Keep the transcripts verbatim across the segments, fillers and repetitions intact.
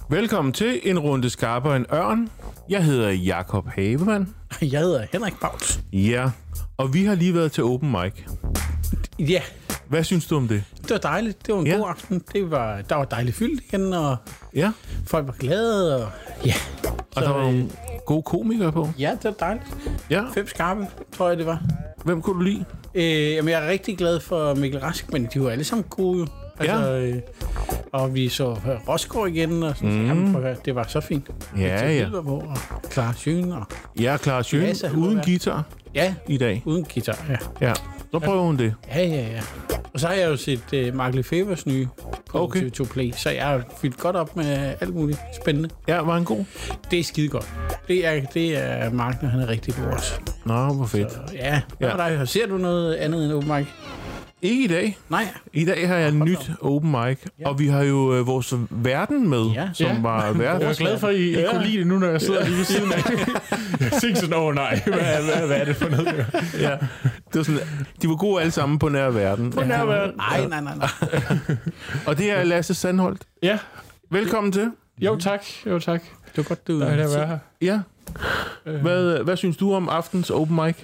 Velkommen til en runde skarpere end ørn. Jeg hedder Jakob Havemann. Jeg hedder Henrik Bauts. Ja, og vi har lige været til open mic. Ja. Hvad synes du om det? Det var dejligt. Det var en ja. god aften. Det var, der var dejligt fyldt igen, og ja. folk var glade. Og, ja. og Så, der var nogle gode komikere på. Ja, det var dejligt. Ja. Fem skarpe, tror jeg, det var. Hvem kunne du lide? Øh, jamen, jeg er rigtig glad for Mikkel Rask, men de var alle sammen gode jo. Altså, ja. øh, og vi så Rosgaard igen, og sådan, mm. jamen, det var så fint. Ja, ja. På, og Clara Schøn. Og ja, Clara Schøn, ja, uden guitar. Ja, i dag. Uden guitar, ja. Ja, så prøver hun det. Ja, ja, ja. Og så har jeg jo set uh, Mark Lefebvres nye på okay. T V to Play, så jeg har fyldt godt op med alt muligt spændende. Ja, var han god? Det er skide godt. Det er, det er Mark, når han er rigtig god også. Nå, hvor fedt. Så, ja, ja. Der, ser du noget andet end open mic? Ikke i dag. Nej. I dag har jeg et nyt open mic, ja. og vi har jo øh, vores verden med, ja. som ja. var verden. Jeg er glad for, at I, I ja. kunne lide det nu, når jeg sidder ja. lige ved siden af. Jeg tænkte sådan, åh oh, nej, hvad, hvad, hvad er det for noget? Ja. Det var sådan, de var gode alle sammen på nær verden. På nær verden. Nej, nej, nej, nej. Og det er Lasse Sandholt. Ja. Velkommen til. Jo tak, jo tak. Det var godt, du... Der er det at være her. Ja. Hvad, hvad synes du om aftens open mic?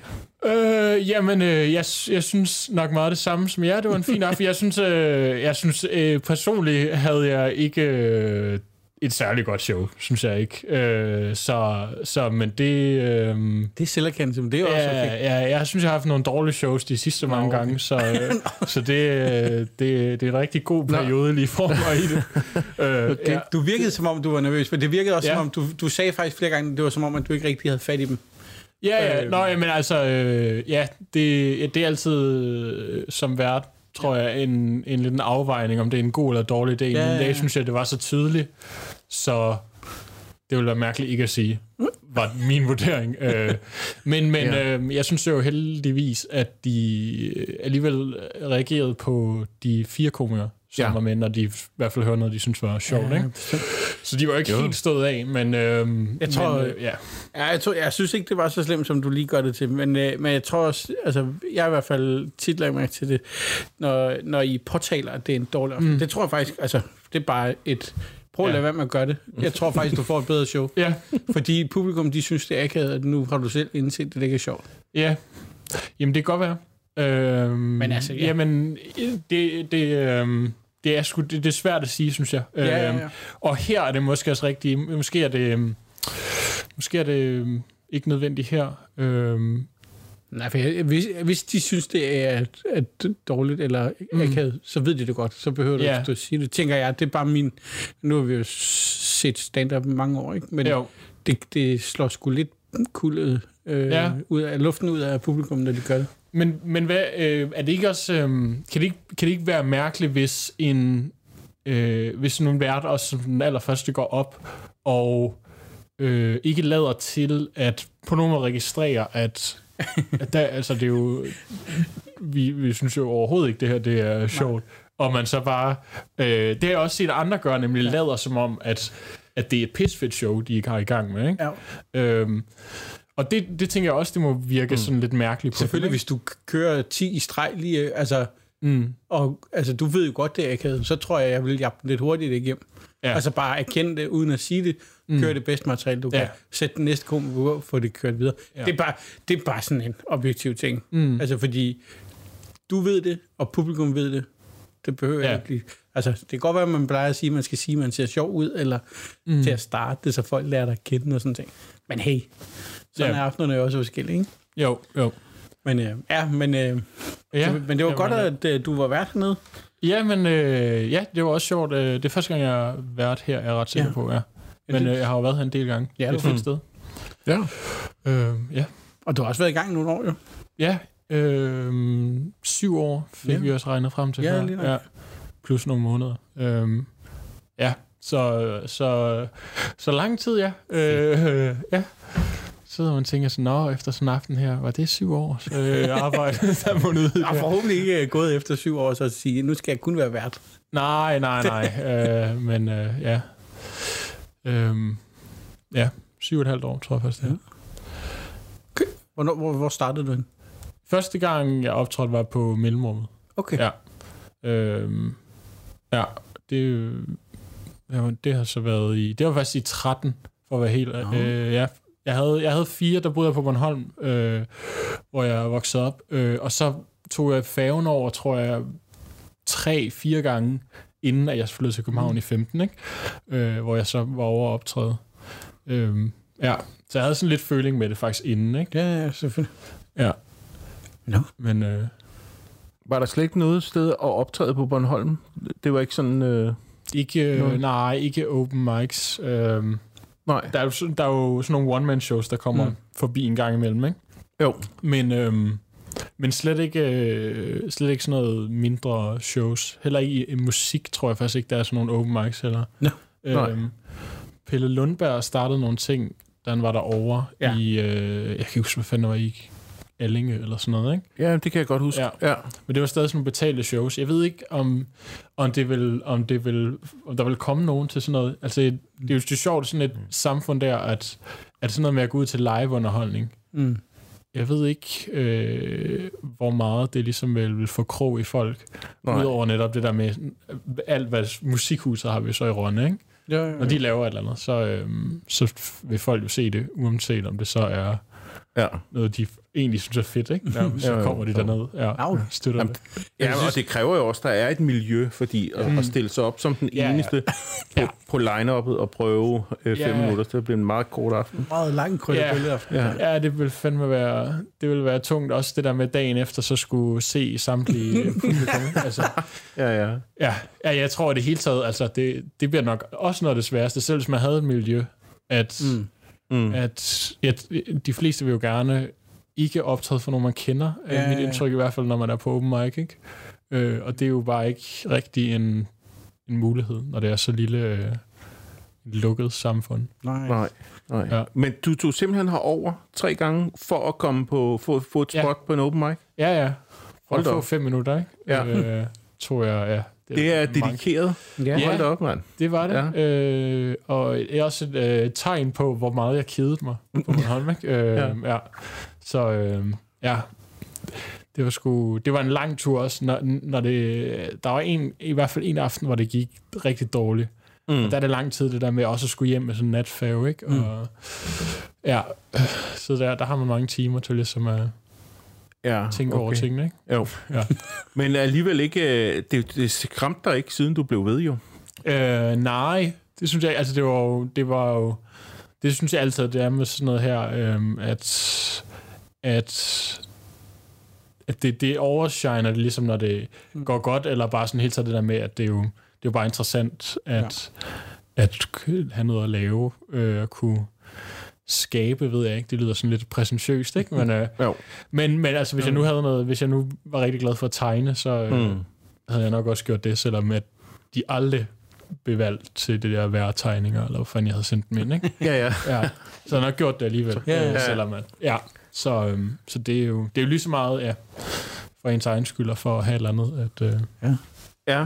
Øh, jamen, øh, jeg, jeg synes nok meget det samme som jer. Det var en fin aften. Jeg synes, øh, jeg synes øh, personligt havde jeg ikke øh, et særligt godt show, synes jeg ikke. Øh, så, så, men det... Øh, det er selverkendelse, men det er også ja, okay. Ja, jeg synes, jeg har haft nogle dårlige shows de sidste mange okay. gange, så, øh, så det, det, det er en rigtig god periode lige for mig i det. øh, det ja. Du virkede som om, du var nervøs, men det virkede også ja. som om, du, du sagde faktisk flere gange, det var som om, at du ikke rigtig havde fat i dem. Ja, ja. Øh, Nå, men altså, øh, ja, det, det er altid øh, som vært, tror ja. jeg, en, en liten afvejning, om det er en god eller dårlig idé. Ja, men i dag synes jeg, det var så tydeligt, så det ville være mærkeligt ikke at sige, var min vurdering. øh, men men ja. øh, jeg synes jo heldigvis, at de alligevel reagerede på de fire komikere, som ja. var med, når de i hvert fald hørte noget, de synes var sjovt, ja, ikke? Så de var ikke jo. helt stået af, men... Øh, jeg tror... men, øh, ja. Ja, jeg, tror, jeg synes ikke, det var så slemt, som du lige gør det til, men, øh, men jeg tror også... Altså, jeg har i hvert fald tit lagt mærke til det, når, når I påtaler, at det er en dårlig aften. Mm. Det tror jeg faktisk... Altså, det er bare et... Prøv at ja. lade være med at gøre det. Jeg tror faktisk, du får et bedre show. Ja. Fordi publikum, de synes, det er akavet, at nu har du selv indset, at det ikke er sjovt. Ja. Jamen, det kan godt være. Øhm, men altså, ja. Jamen, det... det øhm Det er, sgu, det, det er svært at sige, synes jeg. Ja, ja, ja. Øhm, og her er det måske også rigtigt. Måske er det, måske er det ikke nødvendigt her. Øhm. Nej, for jeg, hvis, hvis de synes, det er, er dårligt eller akavet, mm. så ved de det godt. Så behøver du ja. ikke at sige det. Tænker jeg, det er bare min... Nu har vi jo set stand-up i mange år, ikke? Men det, det slår sgu lidt kuldet øh, ja. ud af luften ud af publikum, når de gør det. Men, men hvad, øh, er det ikke også, øh, kan, det ikke, kan det ikke være mærkeligt, hvis en øh, hvis nogle vært også som den allerførste går op og øh, ikke lader til at på nogen måde registrere, at, at der, altså det er jo, vi, vi synes jo overhovedet ikke, det her det er sjovt. Nej. Og man så bare, øh, det har jeg også set andre gøre, nemlig ja. lader som om, at, at det er et pisfedt show, de ikke har i gang med, ikke? Ja. Øhm, Og det, det tænker jeg også, det må virke mm. sådan lidt mærkeligt på. Selvfølgelig, det, hvis du kører ti i streg lige, altså, mm. og altså, du ved jo godt, det er akavet, så tror jeg, jeg vil jappe den lidt hurtigt igennem. Ja. Altså bare erkende det, uden at sige det, mm. køre det bedste materiale, du ja. kan. Sæt den næste komiker på, få det kørt videre. Ja. Det, er bare, det er bare sådan en objektiv ting. Mm. Altså, fordi du ved det, og publikum ved det. Det behøver ja. ikke. Altså, det kan godt være, at man plejer at sige, at man skal sige, at man ser sjov ud, eller mm. til at starte det, så folk lærer dig at kende og sådan ting. Men hey, sådan ja. er aftenerne jo også forskellige, ikke? Jo, jo. Men øh, ja, men, øh, ja. Så, men det var ja, godt, at øh, du var vært hernede. Ja, men øh, ja, det var også sjovt. Det er første gang, jeg har været her, er jeg ret sikker ja. på, ja. Men øh, jeg har jo været her en del gange. Ja, det er et fedt sted. Ja. Øh, ja. Og du har også været i gang nogle år, jo. Ja, øh, syv år fik ja. vi også regnet frem til. Ja, lige nok. Ja. Plus nogle måneder. Øh, ja, så, så, så lang tid, ja. Øh, ja. Så sidder man og tænker sådan, nå, efter sådan en aften her, var det syv år øh, arbejde, der må ud. Jeg har forhåbentlig ikke gået efter syv år, så at sige, nu skal jeg kun være vært. Nej, nej, nej. øh, men øh, ja. Øhm, ja, syv og et halvt år, tror jeg først, ja. Okay. Hvornår, hvor, hvor startede du hen? Første gang, jeg optrådte, var på Mellemrummet. Okay. Ja. Øhm, ja, det Ja, det har så været i... Det var faktisk i tretten, for at være helt... Oh. Øh, ja, jeg, havde, jeg havde fire, der boede jeg på Bornholm, øh, hvor jeg voksede op. Øh, og så tog jeg færgen over, tror jeg, tre, fire gange, inden at jeg flyttede til København mm. i femten, ikke? Øh, hvor jeg så var over at optræde. Øh, ja, så jeg havde sådan lidt føling med det faktisk inden, ikke? Ja, ja, selvfølgelig. Ja. No. Men... Øh, var der slet ikke noget sted at optræde på Bornholm? Det var ikke sådan... Øh... Ikke, øh, nej, ikke open mics. Øh, nej. Der er, jo, der er jo sådan nogle one-man-shows, der kommer mm. forbi en gang imellem, ikke? Jo. Men, øh, men slet, ikke, øh, slet ikke sådan noget mindre shows. Heller ikke i, i musik, tror jeg faktisk ikke, der er sådan nogle open mics heller. No. Øh, Pelle Lundberg startede nogle ting, da han var derovre ja. i... Øh, jeg kan ikke huske, hvad fanden var i... Allinge eller sådan noget, ikke? Ja, det kan jeg godt huske. Ja. Ja. Men det var stadig sådan nogle betalte shows. Jeg ved ikke, om, om, det vil, om, det vil, om der vil komme nogen til sådan noget. Altså, det er jo det er sjovt, sådan et mm. samfund der, at, at sådan noget med at gå ud til live-underholdning. Mm. Jeg ved ikke, øh, hvor meget det ligesom vil, vil få krog i folk. Udover netop det der med alt, hvad musikhuset har vi så i Rønne, ikke? Ja, ja, ja. Når de laver et eller andet, så, øh, så vil folk jo se det, uanset om det så er ja. noget, de egentlig synes er fedt, ikke? Ja, så kommer de derned. Ja, støtter Jamen, det. Ja, og det kræver jo også, at der er et miljø, fordi at, mm. at stille sig op som den ja, eneste ja. på, på line-uppet og prøve øh, fem ja. minutter, så det bliver en meget kort aften. Meget lang krydderbølgeaften. Ja. Ja. ja, det vil fandme være, det vil være tungt. Også det der med dagen efter, så skulle se samtlige publikum. Altså, ja, ja. Ja, ja, jeg tror, at det hele taget, altså, det, det bliver nok også noget af det sværeste, selv hvis man havde et miljø, at... Mm. Mm. At, at de fleste vil jo gerne ikke optræde for nogen, man kender. Ja, mit indtryk i hvert fald, når man er på open mic, ikke? Øh, og det er jo bare ikke rigtig en, en mulighed, når det er så lille øh, lukket samfund. Nej. Nej. Nej. Ja. Men du tog simpelthen herover tre gange for at komme på få, få et spot ja. på en open mic? Ja, ja. For at få fem minutter, ikke? Ja. Øh, tror jeg, ja. Det, det er dedikeret. Ja, hold da op, mand. Det var det. Ja. Øh, og det er også et øh, tegn på, hvor meget jeg kedede mig på Bornholm, ikke? Øh, ja. ja. Så øh, ja, det var sgu, det var en lang tur også, når, når det, der var en, i hvert fald en aften, hvor det gik rigtig dårligt. Mm. Og der er det lang tid, det der med også at skulle hjem med sådan en natfærge, ikke? Og mm. ja, så der, der har man mange timer til ligesom at ja, tænke okay. over tingene, ikke? Jo. Ja. Men alligevel ikke, det, det skræmte dig ikke, siden du blev ved, jo? Øh, nej, det synes jeg, altså det var jo, det var jo, det synes jeg altid, det er med sådan noget her, øhm, at, at, at det, det overshiner det ligesom, når det mm. går godt, eller bare sådan helt så det der med, at det er jo, det er jo bare interessant, at, ja. at have noget at lave, øh, og kunne skabe, ved jeg ikke. Det lyder sådan lidt præsentøst, ikke? Men, øh, men, men altså, hvis jeg nu havde noget, hvis jeg nu var rigtig glad for at tegne, så øh, mm. havde jeg nok også gjort det, selvom at de aldrig blev valgt til det der værre tegninger, eller hvad fanden jeg havde sendt dem ind, ikke? ja, ja. ja. Så jeg nok gjort det alligevel, ja, øh, ja. selvom at, ja. Så, øh, så det er jo, det er jo lige så meget, ja, for ens egen skyld, og for at have et eller andet, at... Øh, ja. Ja.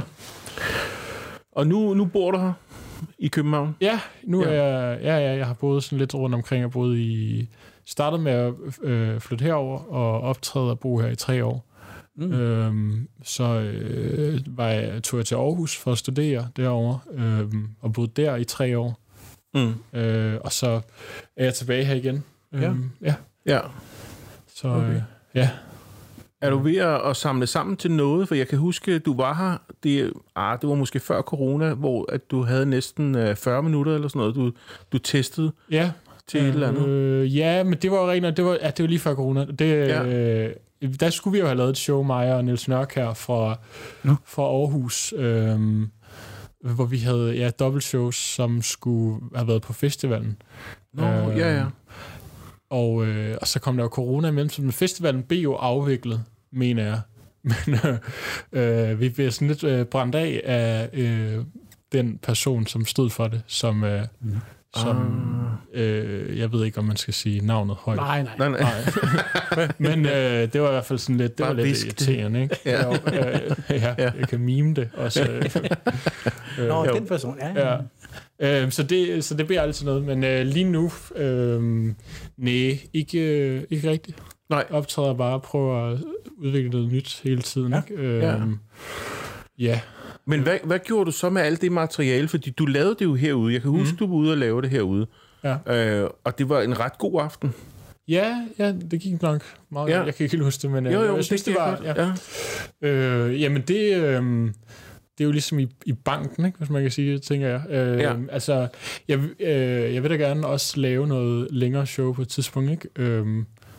Og nu, nu bor du her? I København? Ja, nu ja. er jeg, ja, ja, jeg har boet sådan lidt rundt omkring. Jeg boede i, startede med at øh, flytte herover og optræde og bo her i tre år. Mm. Øhm, så øh, var jeg, tog jeg til Aarhus for at studere derovre, øh, og boede der i tre år. Mm. Øh, og så er jeg tilbage her igen. Ja. Øhm, ja. ja. Så okay. øh, ja. Er du ved at, at samle sammen til noget? For jeg kan huske, du var her, det, ah, det var måske før corona, hvor at du havde næsten øh, fyrre minutter eller sådan noget, du, du testede ja. til øh, et eller andet. Øh, ja, men det var jo rent, det var, ja, det var lige før corona. Det, ja. øh, der skulle vi jo have lavet et show, mig og Niels Nørkær fra, no. fra Aarhus, øh, hvor vi havde ja, dobbeltshows, som skulle have været på festivalen. Nå, øh, ja, ja. Og, øh, og så kom der jo corona imellem, så festivalen blev jo afviklet, mener jeg. Men øh, øh, vi blev sådan lidt øh, brændt af af øh, den person, som stod for det, som, øh, mm. som øh, jeg ved ikke, om man skal sige navnet højt. Nej, nej. nej. nej. Men øh, det var i hvert fald sådan lidt, det var lidt irriterende, ikke? Ja. Jo, øh, ja, ja, jeg kan mime det også. øh, Nå, den person, ja. ja. Øh, så, det, så det bliver altid noget, men øh, lige nu, øh, nej, ikke, øh, ikke rigtigt. Nej. Optræder bare og prøver at udvikle noget nyt hele tiden. Ja. Ikke? Øh, ja. ja. Men hvad, hvad gjorde du så med alt det materiale? Fordi du lavede det jo herude. Jeg kan huske, mm. du var ude og lave det herude. Ja. Øh, og det var en ret god aften. Ja, ja, det gik nok meget. Ja. Jeg kan ikke helt huske det, men jo, jo, jeg synes, det, det var... Ja. Ja. Øh, jamen, det, øh, det er jo ligesom i, i banken, ikke, hvis man kan sige det, tænker jeg. Øh, ja. Altså, jeg, øh, jeg vil da gerne også lave noget længere show på et tidspunkt, ikke? Øh,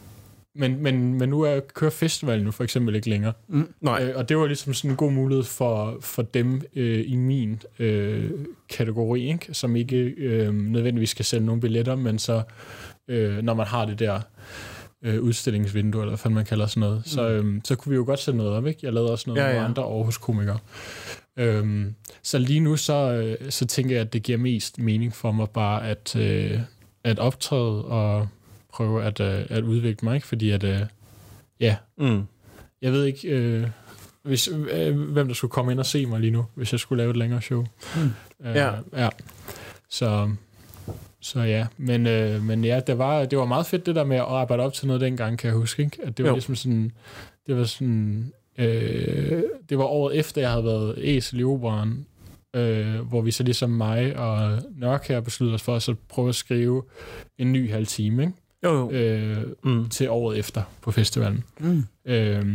Men, men, men nu er kører festivalen nu for eksempel ikke længere. Mm, nej. Øh, og det var ligesom sådan en god mulighed for, for dem øh, i min øh, kategori, ikke? Som ikke øh, nødvendigvis skal sælge nogle billetter, men så øh, når man har det der øh, udstillingsvindue, eller hvad man kalder sådan noget, mm. så, øh, så kunne vi jo godt sætte noget op, ikke? Jeg lavede også noget ja, ja. med andre Aarhus-komikere. Øh, så lige nu så, øh, så tænker jeg, at det giver mest mening for mig bare at, øh, at optræde og prøve at, uh, at udvikle mig, ikke? Fordi at, uh, ja, mm. jeg ved ikke, uh, hvis, uh, hvem der skulle komme ind og se mig lige nu, hvis jeg skulle lave et længere show. Mm. Uh, ja. ja. Så, så ja, men, uh, men ja, det var, det var meget fedt det der med at arbejde op til noget dengang, kan jeg huske, ikke? At det var jo. ligesom sådan, det var sådan, uh, det var året efter, jeg havde været æsel i Operaen, Uh, hvor vi så ligesom mig og Nørkær besluttede os for at så prøve at skrive en ny halv time, ikke? Jo, jo. Øh, mm. til året efter på festivalen. Mm. Øh,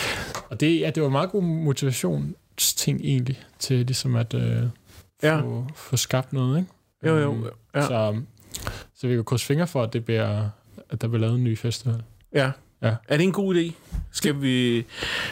og det, ja, det var en meget god motivationsting egentlig, til ligesom at øh, ja. få, få skabt noget, ikke? Jo, jo. Ja. Så, så vi kan krydse fingre for, at, det bliver, at der bliver lavet en ny festival. Ja. Ja. Er det en god idé? Skal vi...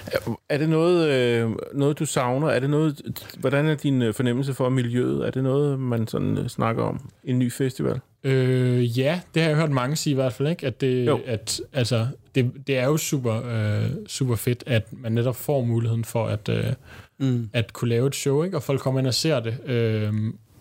Er det noget, øh, noget du savner? Er det noget... Hvordan er din fornemmelse for miljøet? Er det noget, man sådan snakker om? En ny festival? Øh, ja, det har jeg hørt mange sige i hvert fald, ikke? At det, at, altså, det, det er jo super, øh, super fedt, at man netop får muligheden for at, øh, mm. at kunne lave et show, ikke? Og folk kommer ind og ser det. Øh,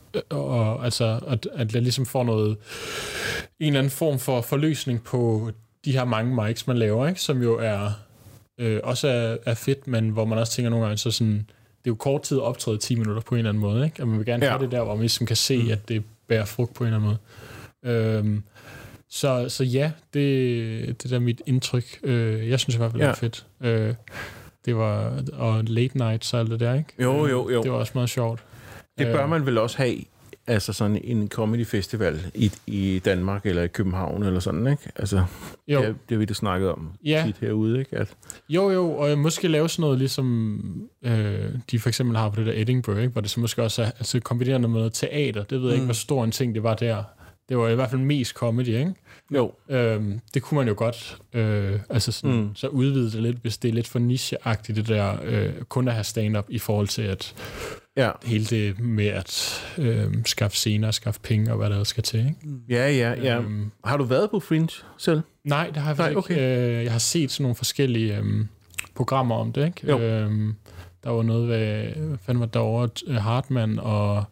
og altså, at, at jeg ligesom får noget... En eller anden form for forløsning på de her mange mics, man laver, ikke? Som jo er øh, også er, er fedt, men hvor man også tænker nogle gange, så sådan, det er jo kort tid at optræde ti minutter på en eller anden måde, ikke? Og man vil gerne ja. have det der, hvor man ligesom kan se, mm. at det bærer frugt på en eller anden måde. Øhm, så, så ja, det, det der er mit indtryk. Øh, jeg synes i hvert fald, det var ja. fedt. Øh, det var, og late nights og alt det der, ikke? Jo, jo, jo. Det var også meget sjovt. Det bør man vel også have, altså sådan en comedy festival i, i Danmark eller i København eller sådan, ikke? Altså, jo. Det, det har vi det snakket om ja. tit herude, ikke? At... Jo, jo, og måske lave sådan noget, ligesom øh, de for eksempel har på det der Edinburgh, ikke? Hvor det så måske også er altså, kombineret med noget teater. Det ved jeg mm. ikke, hvor stor en ting det var der. Det var i hvert fald mest comedy, ikke? Jo. Øhm, det kunne man jo godt øh, altså sådan, mm. så udvide det lidt, hvis det er lidt for nicheagtigt, det der øh, kun at have stand-up i forhold til at ja. hele det med at øh, skaffe scener, skaffe penge og hvad der skal til, ikke? Ja, ja, ja. Øhm, har du været på Fringe selv? Nej, det har jeg faktisk okay. ikke. Øh, jeg har set sådan nogle forskellige øh, programmer om det, ikke? Øh, der var noget ved, hvad fanden var derovre, Hartmann og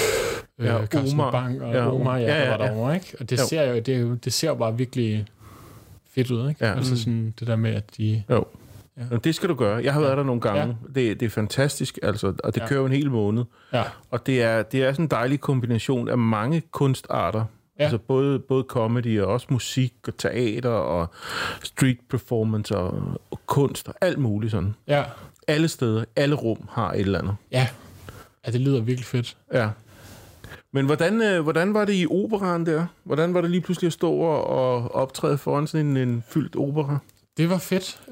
ja, Carsten Bang og ja, Omar, ja, ja, ja, der var derovre, ikke? Og det jo. ser jo, det, det ser jo bare virkelig fedt ud, ikke? Ja. Altså sådan det der med, at de... Jo. Ja. Det skal du gøre. Jeg har været ja. der nogle gange. Ja. Det, det er fantastisk, altså, og det ja. kører jo en hel måned. Ja. Og det er, det er sådan en dejlig kombination af mange kunstarter. Ja. Altså både, både comedy og også musik og teater og street performance og, og kunst og alt muligt sådan. Ja. Alle steder, alle rum har et eller andet. Ja, ja det lyder virkelig fedt. Ja. Men hvordan, øh, hvordan var det i operaen der? Hvordan var det lige pludselig at stå og optræde foran sådan en, en fyldt opera? Det var fedt.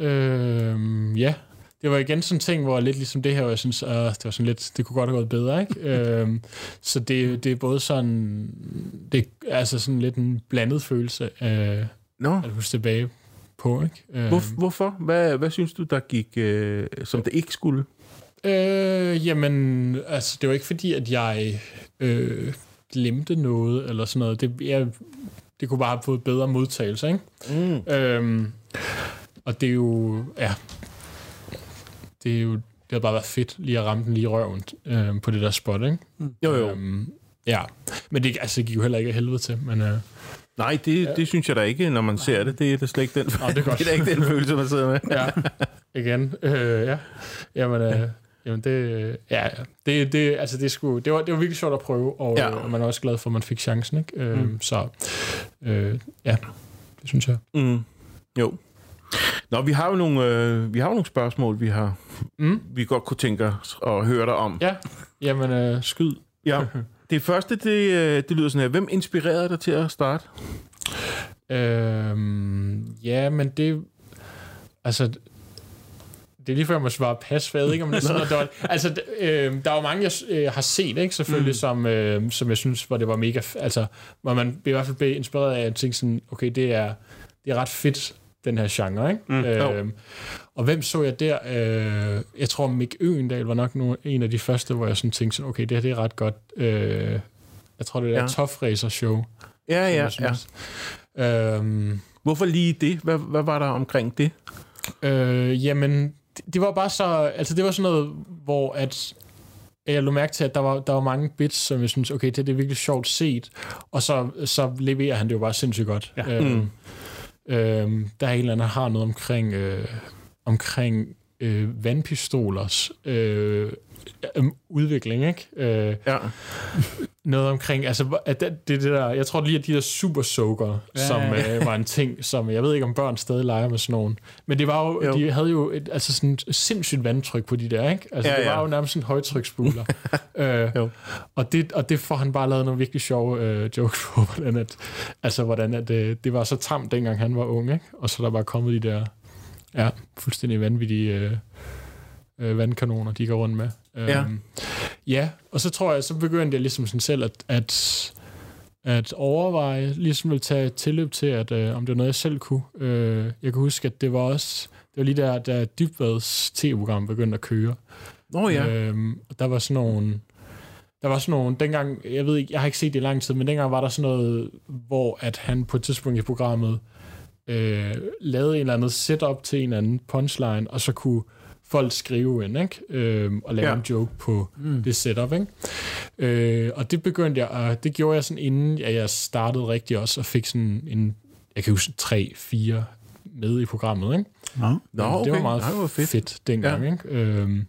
Øh, ja. Det var igen sådan en ting, hvor lidt ligesom det her, hvor jeg synes, øh, det var sådan lidt, det kunne godt have gået bedre, ikke? øh, så det, det er både sådan, det er altså sådan lidt en blandet følelse af no. at huske tilbage på, ikke? Øh, Hvor, hvorfor? Hvad, hvad synes du, der gik, øh, som det ikke skulle? Øh, jamen, altså, det var ikke fordi, at jeg øh, glemte noget, eller sådan noget. Det, jeg, det kunne bare have fået bedre modtagelse, ikke? Mm. Øhm, og det er jo, ja, det er jo, det har bare været fedt lige at ramme den lige i røven øh, på det der spot, ikke? Mm. Jo, jo. Øhm, ja, men det, altså, det gik jo heller ikke af helvede til, men... Øh, Nej, det, ja. det synes jeg da ikke, når man Nej. ser det. Det er da slet ikke den, Nå, det er det er ikke den følelse, man sidder med. Ja, igen. Øh, ja, jamen... Øh, Jamen det, ja, det, det, altså det, skulle, det, var, det var virkelig sjovt at prøve, og, ja. og man er også glad for, at man fik chancen, ikke? Mm. Øh, så øh, ja, det synes jeg. Mm. Jo. Nå, vi har jo nogle, øh, vi har jo nogle spørgsmål, vi har mm. vi godt kunne tænke os at høre dig om. Ja, jamen øh, skyd. Ja. Det første, det, det lyder sådan her. Hvem inspirerede dig til at starte? Øhm, ja, men det... Altså... Det er lige før, jeg må svare pas, for jeg ved ikke, om det er sådan noget dårligt. Altså, øh, der er jo mange, jeg øh, har set, ikke? Selvfølgelig, mm. som, øh, som jeg synes, hvor det var mega... F- altså, hvor man i hvert fald blev inspireret af at tænke sådan, okay, det er, det er ret fedt, den her genre, ikke? Mm. Øh, og hvem så jeg der? Øh, jeg tror, Mick Øgendahl var nok nogle, en af de første, hvor jeg sådan tænkte sådan, okay, det her det er ret godt. Øh, jeg tror, det er ja. der Tough Racer Show. Ja, ja, ja. Øhm, Hvorfor lige det? Hvad, hvad var der omkring det? Øh, jamen... Det var bare så, altså det var sådan noget, hvor at jeg lå mærke til, at der var, der var mange bits, som jeg synes, okay, det, det er virkelig sjovt set, og så, så leverer han det jo bare sindssygt godt. Ja. Øhm, mm. øhm, der er en eller anden, der har noget omkring, øh, omkring øh, vandpistolers øh, udvikling, ikke? Øh, ja. Noget omkring, altså at det, det der, jeg tror lige, at de der super soaker, ja, som øh, var en ting, som jeg ved ikke, om børn stadig leger med sådan nogen. Men det var jo, jo. de havde jo et, altså sådan et sindssygt vandtryk på de der, ikke? Altså ja, det var ja. jo nærmest sådan en højtryksspuler. øh, og, det, og det får han bare lavet nogle virkelig sjove øh, jokes på, hvordan at, altså hvordan at øh, det var så tamt, dengang han var ung, ikke? Og så der bare kommet de der, ja, fuldstændig vanvittige øh, øh, vandkanoner, de går rundt med. Ja. Øhm, ja, og så tror jeg, så begyndte jeg ligesom sådan selv at, at, at overveje, ligesom at tage tilløb til, at øh, om det var noget, jeg selv kunne. Øh, jeg kan huske, at det var også, det var lige der, da Dybvads tv-program begyndte at køre. Åh oh, ja. Øhm, der var sådan nogle, der var sådan nogle, dengang, jeg ved ikke, jeg har ikke set det i lang tid, men dengang var der sådan noget, hvor at han på et tidspunkt i programmet øh, lavede en eller anden setup til en eller anden punchline, og så kunne folk skrive ind, ikke? Øhm, og lave ja. en joke på mm. det setup, ikke? Øh, og det begyndte jeg, og det gjorde jeg sådan, inden jeg startede rigtig også, og fik sådan en, jeg kan huske, tre, fire med i programmet, ikke? Nå, Nå okay. Det var meget Nej, det var fedt. fedt dengang, ja. ikke? Øhm,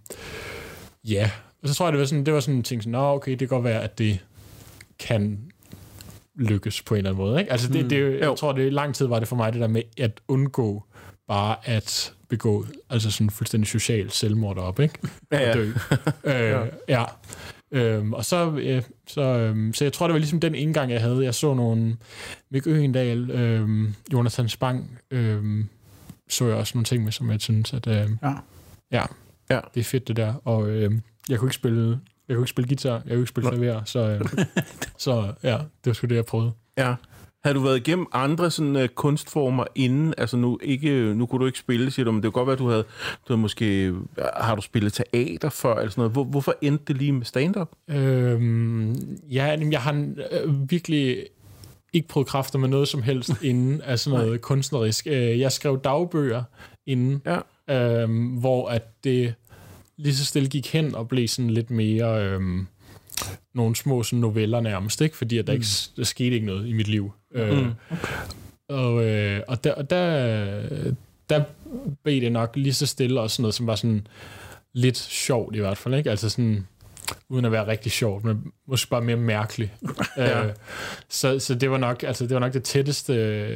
ja, og så tror jeg, det var sådan, det var sådan en ting, sådan, nå, okay, det kan godt være, at det kan lykkes på en eller anden måde, ikke? Altså, det, mm. det, jeg jo. tror, det i lang tid var det for mig, det der med at undgå bare at begå altså sådan fuldstændig social selvmord op, ikke? Ja, ja. Og dø. øh, ja. Øhm, og så, øh, så, øh, så jeg tror, det var ligesom den indgang, jeg havde. Jeg så nogle Mick Øgendahl, øh, Jonathan Spang, øh, så jeg også nogle ting med, som jeg synes, at øh, ja. Ja, ja, det er fedt det der. Og øh, jeg kunne ikke spille, jeg kunne ikke spille guitar, jeg kunne ikke spille klaver, så, øh, så ja, det var sgu det, jeg prøvede. Ja. Havde du været igennem andre sådan uh, kunstformer inden? Altså nu ikke, nu kunne du ikke spille, siger du, men det kunne godt være, at du havde, du havde måske, har du spillet teater før, eller sådan noget. Hvor, hvorfor endte det lige med stand-up? Øhm, ja, jeg har øh, virkelig ikke prøvet kræfter med noget som helst inden af sådan noget kunstnerisk. Jeg skrev dagbøger inden, ja. øhm, hvor at det lige så stille gik hen og blev sådan lidt mere øhm, nogle små sådan noveller nærmest, ikke? Fordi at der, mm. ikke, der skete ikke noget i mit liv. Mm. Øh, okay. Og, øh, og der, og der, der blev det nok lige så stille og sådan noget, som var sådan lidt sjovt i hvert fald, ikke? Altså sådan, uden at være rigtig sjovt, men måske bare mere mærkeligt. ja. øh, så, så det var nok, altså det var nok det tætteste,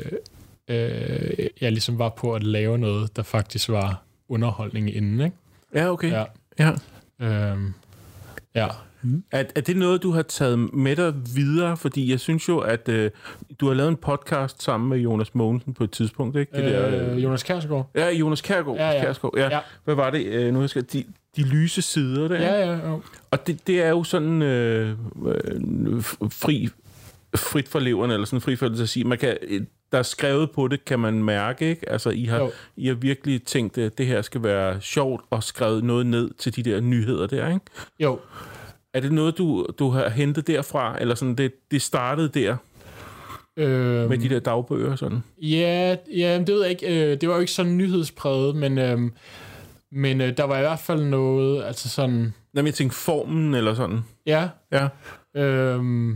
øh, jeg ligesom var på at lave noget, der faktisk var underholdning inden, ikke? Ja, okay. Ja. Ja. Øh, ja. Mm. Er, er det noget, du har taget med dig videre? Fordi jeg synes jo, at øh, du har lavet en podcast sammen med Jonas Mogensen på et tidspunkt, ikke? Det øh, der, øh, Jonas Kjærsgaard. Ja, Jonas Kjærsgaard. Ja, ja. Kjærsgaard. Ja. Ja. Hvad var det? Øh, nu husker jeg, de, de lyse sider der. Ja, ja, ja. Og det, det er jo sådan øh, øh, fri, frit for leverne, eller sådan fri for at sige, man kan... Der er skrevet på det, kan man mærke, ikke? Altså, I har, I har virkelig tænkt, at det her skal være sjovt, og skrevet noget ned til de der nyheder der, ikke? Jo. Er det noget, du, du har hentet derfra, eller sådan, det, det startede der, øhm, med de der dagbøger, sådan? Ja, ja, det ved jeg ikke. Det var jo ikke sådan nyhedspræget, men, øhm, men øh, der var i hvert fald noget, altså sådan... Jamen, jeg tænkte formen, eller sådan? Ja. Ja. Øhm,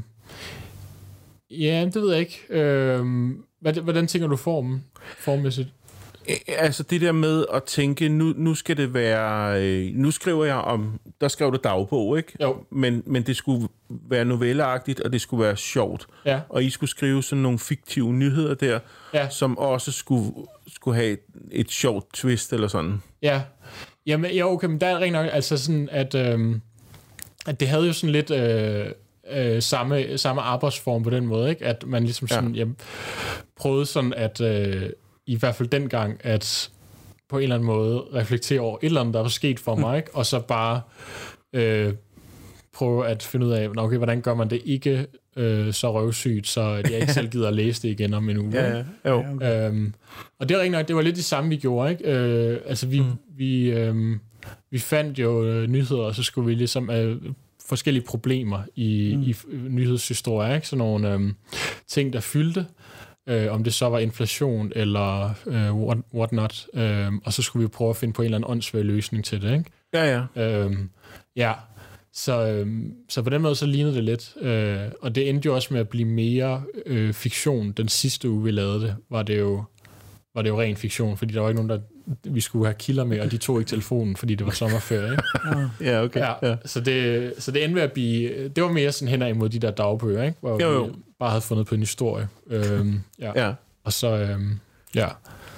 ja, det ved jeg ikke. Øhm, hvordan tænker du formen, formmæssigt? Altså det der med at tænke, nu, nu skal det være, nu skriver jeg om, der skrev du dagbog, ikke? Jo. Men, men det skulle være novelleagtigt, og det skulle være sjovt. Ja. Og I skulle skrive sådan nogle fiktive nyheder der, ja. som også skulle, skulle have et, et sjovt twist eller sådan. Ja, jamen, ja, okay, men der er rent nok, altså sådan, at, øh, at det havde jo sådan lidt øh, øh, samme, samme arbejdsform på den måde, ikke? At man ligesom sådan, ja. jeg prøvede sådan, at øh, i hvert fald dengang, at på en eller anden måde reflektere over et eller andet, der var sket for mig, ikke? Og så bare øh, prøve at finde ud af, okay, hvordan gør man det ikke øh, så røvsygt, så jeg ikke selv gider at læse det igen om en uge. Ja, ja. Jo. Øhm, og det er rigtig nok, det var lidt det samme, vi gjorde, ikke? Øh, altså, vi, mm. vi, øh, vi fandt jo øh, nyheder, og så skulle vi ligesom øh, forskellige problemer i, mm. i nyhedshistorier, ikke? Sådan nogle øh, ting, der fyldte, øh, om det så var inflation eller øh, what, what not, øh, og så skulle vi prøve at finde på en eller anden åndssvag løsning til det, ikke? Ja, ja. Øh, ja. Så, øhm, så på den måde så lignede det lidt, øh, og det endte jo også med at blive mere øh, fiktion. Den sidste uge, vi lavede det, var det jo, var det jo ren fiktion, fordi der var ikke nogen, der vi skulle have kilder med, og de tog ikke telefonen, fordi det var sommerferie. Ikke? Ja, okay. Ja, ja. Så, det, så det endte med at blive, det var mere sådan hen imod de der dagbøger, ikke? Hvor jo, jo. vi bare havde fundet på en historie. Øhm, ja. Ja. Og så, øhm, ja,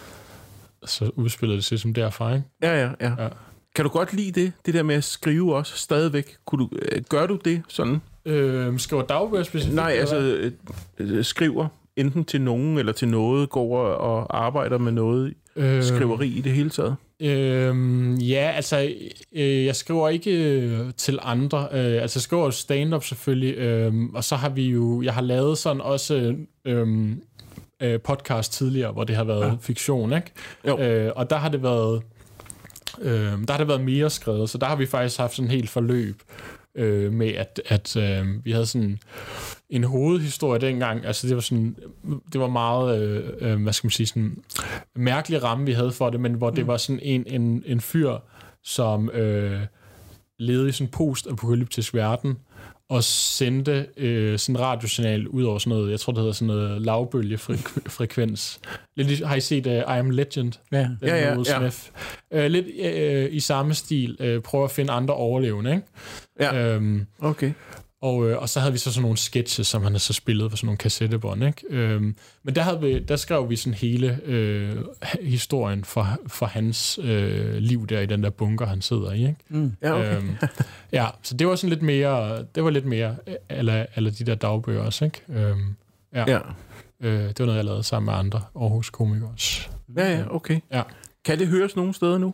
så udspillede det sig som derfra, ikke? Ja, ja, ja. ja. Kan du godt lide det, det der med at skrive også stadigvæk? Kunne du, gør du det sådan? Øh, skriver dagbøger specifikt? Nej, altså øh, skriver enten til nogen eller til noget, går og arbejder med noget øh, skriveri i det hele taget? Øh, ja, altså øh, jeg skriver ikke til andre. Øh, altså jeg skriver stand-up selvfølgelig, øh, og så har vi jo, jeg har lavet sådan også øh, øh, podcast tidligere, hvor det har været ja. fiktion, ikke? Jo. Øh, og der har det været Øh, der har det været mere skrevet, så der har vi faktisk haft sådan en helt forløb øh, med, at, at øh, vi havde sådan en hovedhistorie dengang. Altså det var sådan, det var meget, øh, øh, hvad skal man sige, sådan mærkelig ramme, vi havde for det, men hvor mm. det var sådan en, en, en fyr, som øh, levede i sådan en post-apokalyptisk verden, og sendte øh, sådan en radiosignal ud over sådan noget, jeg tror det hedder sådan noget lavbølgefrekvens. Lidt, har I set uh, I Am Legend? Ja, den ja, ja. ja. Uh, lidt uh, i samme stil. Uh, prøve at finde andre overlevende, ikke? Ja, um, okay. Og, uh, og så havde vi så sådan nogle sketches, som han havde så spillet på sådan nogle kassettebånd, ikke? Um, men der, havde vi, der skrev vi sådan hele uh, historien for, for hans uh, liv der i den der bunker, han sidder i, ikke? Mm. Ja, okay. Um, ja, så det var sådan lidt mere, det var lidt mere, eller, eller de der dagbøger også, ikke? Um, ja. ja. Uh, det var noget, jeg lavede sammen med andre Aarhus komikere også. Ja, ja, okay. Ja. Kan det høres nogen steder nu?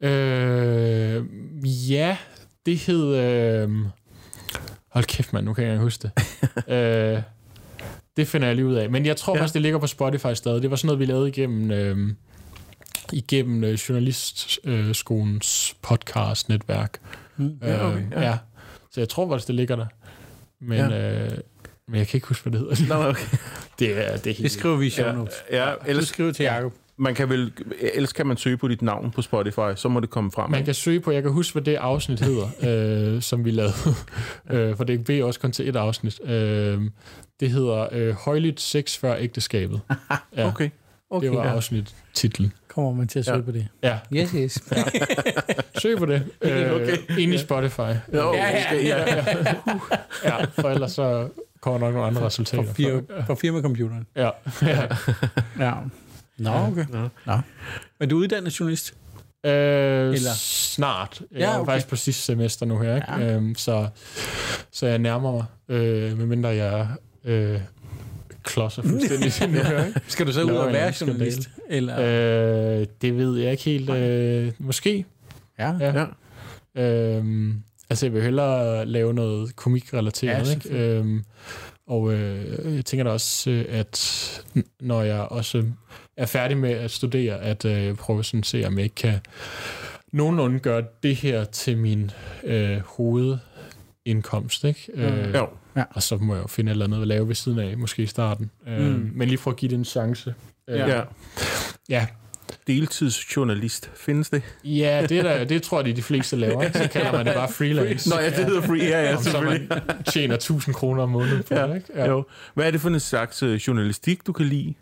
Uh, ja, det hed... Uh, hold kæft, mand, nu kan jeg ikke huske det. uh, det finder jeg lige ud af. Men jeg tror ja. faktisk, det ligger på Spotify stadig. Det var sådan noget, vi lavede igennem... Uh, igennem uh, journalistskolens uh, podcast-netværk. Mm. Ja, okay, ja. Uh, ja. Så jeg tror faktisk, det ligger der. Men, ja. uh, men jeg kan ikke huske, hvad det hedder. Nå, okay. det, er, det, er helt det skriver vi i show notes. Ja, ja, ellers skriver til Jacob. Man kan vel, ellers kan man søge på dit navn på Spotify, så må det komme frem. Man kan søge på, jeg kan huske, hvad det afsnit hedder, øh, som vi lavede. øh, for det blev også kun til et afsnit. Øh, det hedder øh, Højligt sex før ægteskabet. Ja. Okay. Okay, det var ja. afsnit-titlen. Kommer man til at søge ja. på det? Ja. Yes, yes. Ja. Søg på det. Øh, okay. Ind i Spotify. Jo, ja, ja, ja. ja, ja. ja, for ellers så kommer nok nogle andre resultater. For, firma, for firmacomputeren. Ja. ja. ja. Nå, okay. Nå. Nå. Men du er uddannet journalist? Øh, Eller? Snart. Jeg ja, okay. er faktisk på sidste semester nu her, ikke? Ja. Øhm, så, så jeg nærmer mig, øh, medmindre jeg øh, klodser fuldstændig nu her, ikke? Skal du så ud og være journalist? Eller? Øh, det ved jeg ikke helt. Øh, måske. Ja. ja. ja. Øhm, altså, jeg vil hellere lave noget komikrelateret, ja, ikke? Øhm, og øh, jeg tænker da også, at når jeg også er færdig med at studere, at øh, prøve sådan at se, om jeg ikke kan nogenlunde gøre det her til min øh, hovedindkomst, ikke? Mm. Øh, jo. Ja. Og så må jeg jo finde et eller andet at lave ved siden af, måske i starten. Mm. Øh, men lige for at give det en chance. Øh, ja. Ja. Deltidsjournalist. Findes det? Ja, det, der, det tror jeg, de, de fleste laver. Ikke? Så kalder man det bare freelance. Nå ja, det hedder free. Ja, ja, så man tjener tusind kroner om måneden på ja. det. Ikke? Ja. Jo. Hvad er det for en slags journalistik, du kan lide?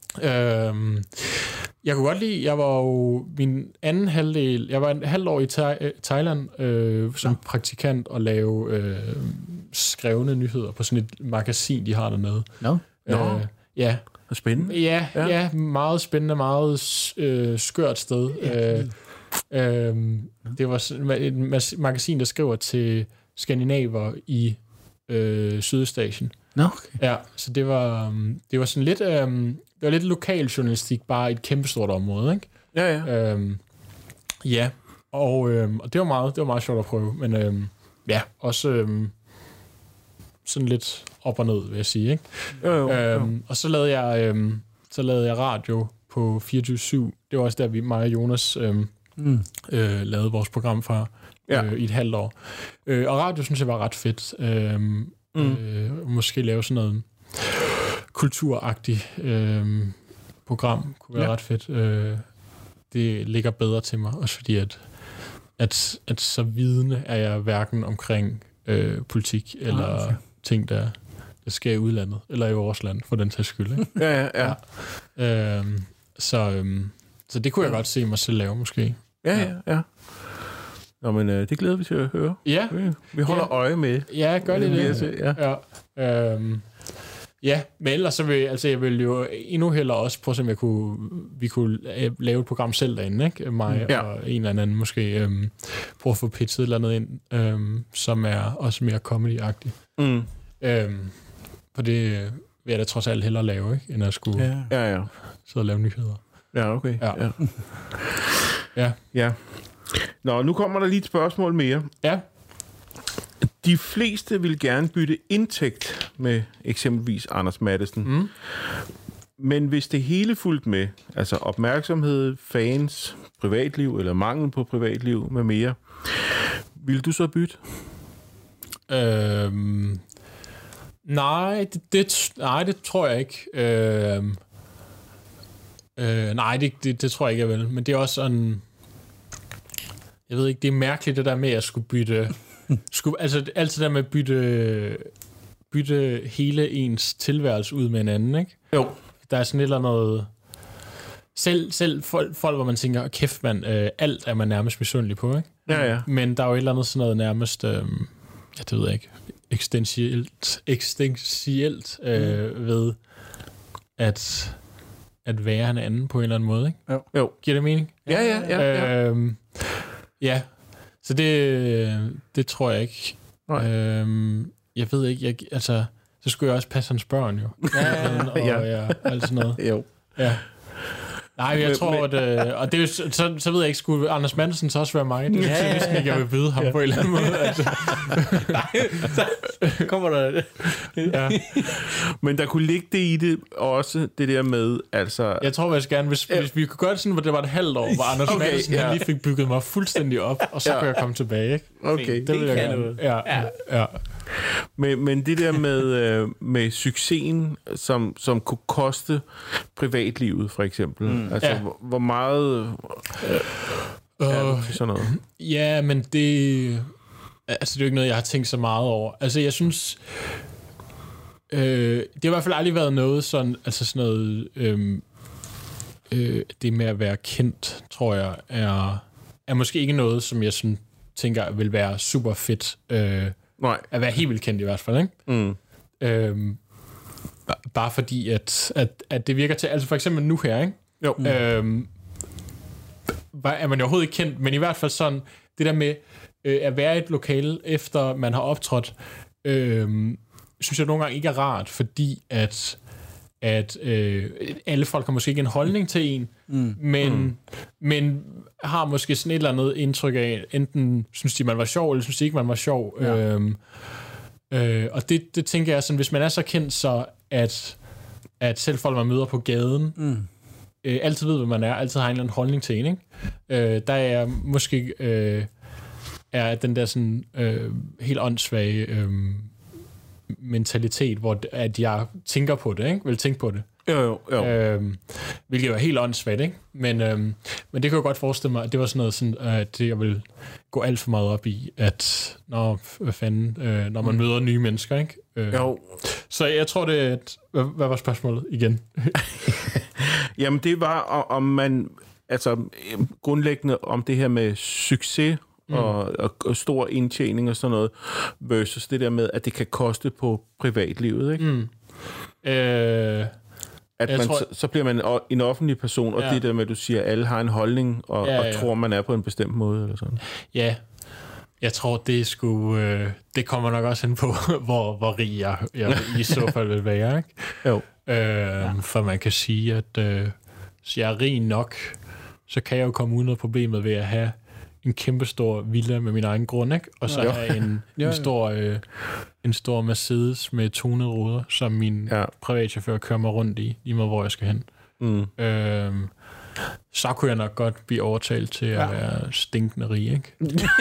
Øhm, jeg kunne godt lide, jeg var jo min anden halvdel, jeg var en halvt år i Thai, Thailand øh, som ja. praktikant og lave øh, skrevne nyheder på sådan et magasin, de har dernede. Nå. No. Øh, ja. Spændende. Ja, ja. ja meget spændende, meget øh, skørt sted. Ja. Øh, øh, det var et magasin, der skriver til skandinaver i øh, Sydøstasien. Nå, okay. Ja, så det var, um, det var sådan lidt, um, det var lidt lokal journalistik, bare i et kæmpestort område, ikke? Ja, ja. Um, ja, og, um, og det var meget, det var meget sjovt at prøve, men um, ja, også um, sådan lidt op og ned, vil jeg sige, ikke? Jo, jo, jo. Um, og så lavede jeg, um, så lavede jeg radio på fireogtyve syv. Det var også der, vi, mig og Jonas, um, mm. øh, lavede vores program fra ja. øh, i et halvt år. Øh, og radio synes jeg var ret fedt. Øh, mm. øh, måske lave sådan noget kulturagtigt øh, program kunne være ja. ret fedt. Øh, det ligger bedre til mig, også fordi at, at, at så vidende er jeg hverken omkring øh, politik eller ah, okay. ting, der, der sker i udlandet, eller i vores land, for den sags skyld. Ikke? ja, ja, ja. ja. Øh, så, øh, så det kunne jeg godt se mig selv lave, måske. Ja, ja, ja. Nå, men øh, det glæder vi til at høre. Ja. Vi, vi holder ja. øje med. Ja, gør det det. det. Ja. Ja. Øhm, ja, men ellers så vil altså, jeg vil jo endnu hellere også prøve, om jeg kunne, vi kunne lave et program selv derinde, ikke? Mig ja. og en eller anden måske øhm, prøve at få pitchet et eller andet ind, øhm, som er også mere comedy-agtigt. Mm. Øhm, for det vil jeg da trods alt hellere lave, ikke? End at skulle ja. Ja, ja. sidde og lave nyheder. Ja, okay. Ja. Ja. ja. ja. Nå, nu kommer der lige et spørgsmål mere. Ja. De fleste vil gerne bytte indtægt med eksempelvis Anders Matthesen. Mm. Men hvis det hele fuldt med, altså opmærksomhed, fans, privatliv eller mangel på privatliv med mere, vil du så bytte? Øhm, nej, det, det, nej, det tror jeg ikke. Øhm, øh, nej, det, det, det tror jeg ikke, jeg vil. Men det er også sådan... Jeg ved ikke, det er mærkeligt, det der med, at jeg skulle bytte... skulle, altså, altid der med at bytte, bytte hele ens tilværelse ud med en anden, ikke? Jo. Der er sådan et eller andet... Selv, selv folk, folk, hvor man tænker, kæft, man, øh, alt er man nærmest misundelig på, ikke? Ja, ja. Men der er jo et eller andet sådan noget nærmest... Øh, ja, det ved jeg ikke. Eksistentielt, eksistentielt øh, mm. ved at, at være en anden på en eller anden måde, ikke? Jo. jo. Giver det mening? Ja, ja, ja. ja. Øh, ja. Så det, det tror jeg ikke. Øhm, jeg ved ikke, jeg, altså, så skulle jeg også passe hans børn, jo. Ja, og, ja. ja alt sådan noget. Jo. Ja. Nej, jeg tror, at... Øh, og det er jo, så, så ved jeg ikke, skulle Anders Matthesen så også være mig? Det er ja, ja, ja. ikke, jeg vil vide ham ja. på en eller anden måde. Altså. Nej, så kommer der... ja. Men der kunne ligge det i det også, det der med, altså... Jeg tror faktisk gerne, hvis, ja. hvis vi kunne gøre det sådan, hvor det var et halvt år, hvor Anders okay, Matthesen ja. lige fik bygget mig fuldstændig op, og så ja. kunne jeg komme tilbage, ikke? Okay. Det, det vil jeg gerne. Ja. Ja. ja. Men, men det der med, øh, med succesen, som, som kunne koste privatlivet, for eksempel. Mm. Altså, ja. hvor, hvor meget øh, er det sådan noget? Ja, men det... Altså, det er jo ikke noget, jeg har tænkt så meget over. Altså, jeg synes... Øh, det har i hvert fald aldrig været noget sådan... Altså, sådan noget... Øh, øh, det med at være kendt, tror jeg, er, er måske ikke noget, som jeg sådan, tænker vil være super fedt... Øh, Nej. At være helt vildt kendt i hvert fald, ikke? Mm. Øhm, bare fordi, at, at, at det virker til... Altså for eksempel nu her, ikke? Jo. Mm. Øhm, er man jo overhovedet ikke kendt, men i hvert fald sådan, det der med øh, at være i et lokale, efter man har optrådt, øh, synes jeg nogle gange ikke er rart, fordi at at øh, alle folk har måske ikke en holdning til en, mm. Men, mm. men har måske sådan et eller andet indtryk af, enten synes de, man var sjov, eller synes de ikke, man var sjov. Ja. Øhm, øh, og det, det tænker jeg sådan, hvis man er så kendt, så at, at selv folk, man møder på gaden, mm. øh, altid ved, hvad man er, altid har en eller anden holdning til en, ikke? Øh, der er måske øh, er den der sådan øh, helt åndssvage øh, mentalitet, hvor at jeg tænker på det, ikke? Vil tænke på det. Jo, jo, jo. Øhm, hvilket jo er helt åndssvagt, ikke? Men, øhm, men det kan jeg godt forestille mig, at det var sådan noget, sådan, at jeg vil gå alt for meget op i, at når, hvad fanden, øh, når man mm. møder nye mennesker, ikke? Øh, jo. Så jeg tror, det er... Et, hvad, hvad var spørgsmålet igen? Jamen, det var, om man... Altså, grundlæggende om det her med succes mm. og, og, og stor indtjening og sådan noget, versus det der med, at det kan koste på privatlivet, ikke? Mm. Øh, at man, tror, så, så bliver man en offentlig person, og ja. det der med, at du siger, at alle har en holdning, og, ja, ja. og tror, man er på en bestemt måde, eller sådan. Ja, jeg tror, det skulle, øh, det kommer nok også hen på, hvor, hvor rig jeg, jeg i så fald vil være, ikke? Jo. Øh, ja. For man kan sige, at øh, hvis jeg er rig nok, så kan jeg jo komme uden af problemet ved at have en kæmpe stor villa med min egen grund, ikke? Og så ja. have en, en, stor, øh, en stor Mercedes med tonede ruder, som min ja. privatchauffør kører mig rundt i, lige med hvor jeg skal hen. Mm. Øh, så kunne jeg nok godt blive overtalt til ja. at være stinkende rig, ikke?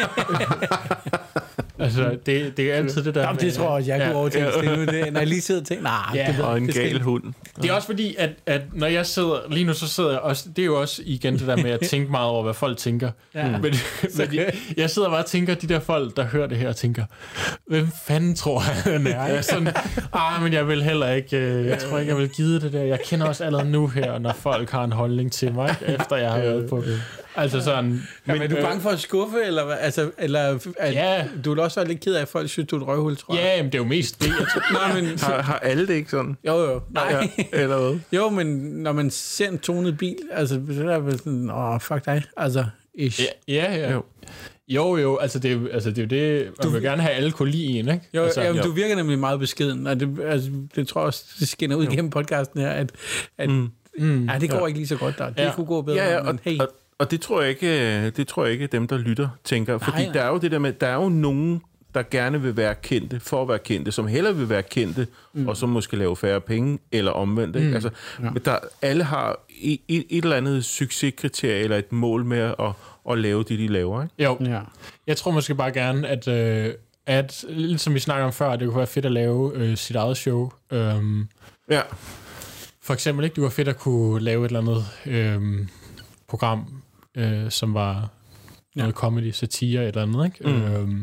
Altså, det, det er altid det der... Jamen, det tror jeg også, jeg ja. kunne overtale til det, når jeg lige sidder og tænker, nej, ja. det og en gal hund. Det er også fordi, at, at når jeg sidder... Lige nu, så sidder jeg også... Det er jo også igen det der med at tænke meget over, hvad folk tænker. Ja. Men, men jeg, jeg sidder bare og tænker, de der folk, der hører det her, tænker, hvem fanden tror han er? Jeg er sådan, ah, men jeg vil heller ikke... Jeg tror ikke, jeg vil give det der. Jeg kender også allerede nu her, når folk har en holdning til mig, efter jeg har været på det. Altså sådan... Men, men er du bange for at skuffe, eller hvad? Altså, eller at, ja. Du vil også være lidt ked af, at folk synes, du er et røvhul, tror jeg. Ja, men det er jo mest det. Jeg tror, nej, men, har, har alle det ikke sådan? Jo, jo. Nej. Ja, eller hvad? Jo, men når man ser en tonet bil, altså, så er det sådan, åh, fuck dig. Altså, ish. Ja, ja. ja. Jo. Jo, jo, altså det er jo altså, det, er det man du vil gerne have alle kunne lide en, ikke? Jo, altså, jamen, jo. Du virker nemlig meget beskeden, og det, altså, det tror jeg også, det skinner ud gennem podcasten her, at, at mm. Mm, ja, det går ja. ikke lige så godt der. Det ja. kunne gå bedre, ja, ja, og, men hey. Og, og det tror jeg ikke, det tror jeg ikke dem, der lytter, tænker. Fordi nej, nej. der er jo det der med, der er jo nogen, der gerne vil være kendte, for at være kendte, som hellere vil være kendte, mm. og som måske lave færre penge, eller omvendt. Mm. Altså, ja. der, alle har et, et eller andet succeskriterie, eller et mål med at, at lave det, de laver, ikke? Jo. Ja. Jeg tror måske bare gerne, at, øh, at lidt som vi snakker om før, at det kunne være fedt at lave øh, sit eget show. Øhm, ja. For eksempel, ikke? Det var fedt at kunne lave et eller andet øh, program, øh, som var noget ja. comedy, satire eller andet, ikke? Mm. Øhm,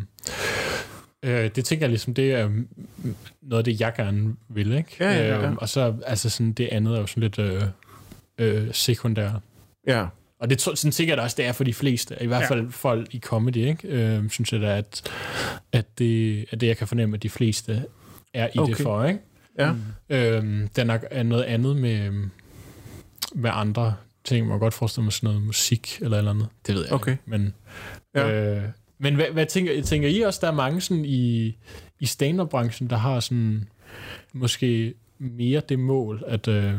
øh, det tænker jeg ligesom, det er noget af det, jeg gerne vil, ikke? Ja, ja, ja. Øhm, og så, altså sådan, det andet er jo sådan lidt øh, øh, sekundært. Ja. Og det sådan tænker jeg også, det er for de fleste, i hvert fald ja. folk i comedy, ikke? Øh, synes jeg da, at, at, det, at det, jeg kan fornemme, at de fleste er i okay. det for, ikke? Ja. Øhm, den er, er noget andet med, med andre ting. Man kan godt forestille mig sådan noget musik eller eller andet. Det ved jeg okay. ikke. Men, ja. øh, men hvad, hvad tænker, tænker I også, der er mange sådan i, i stand-up-branchen, der har sådan måske mere det mål, at... Øh,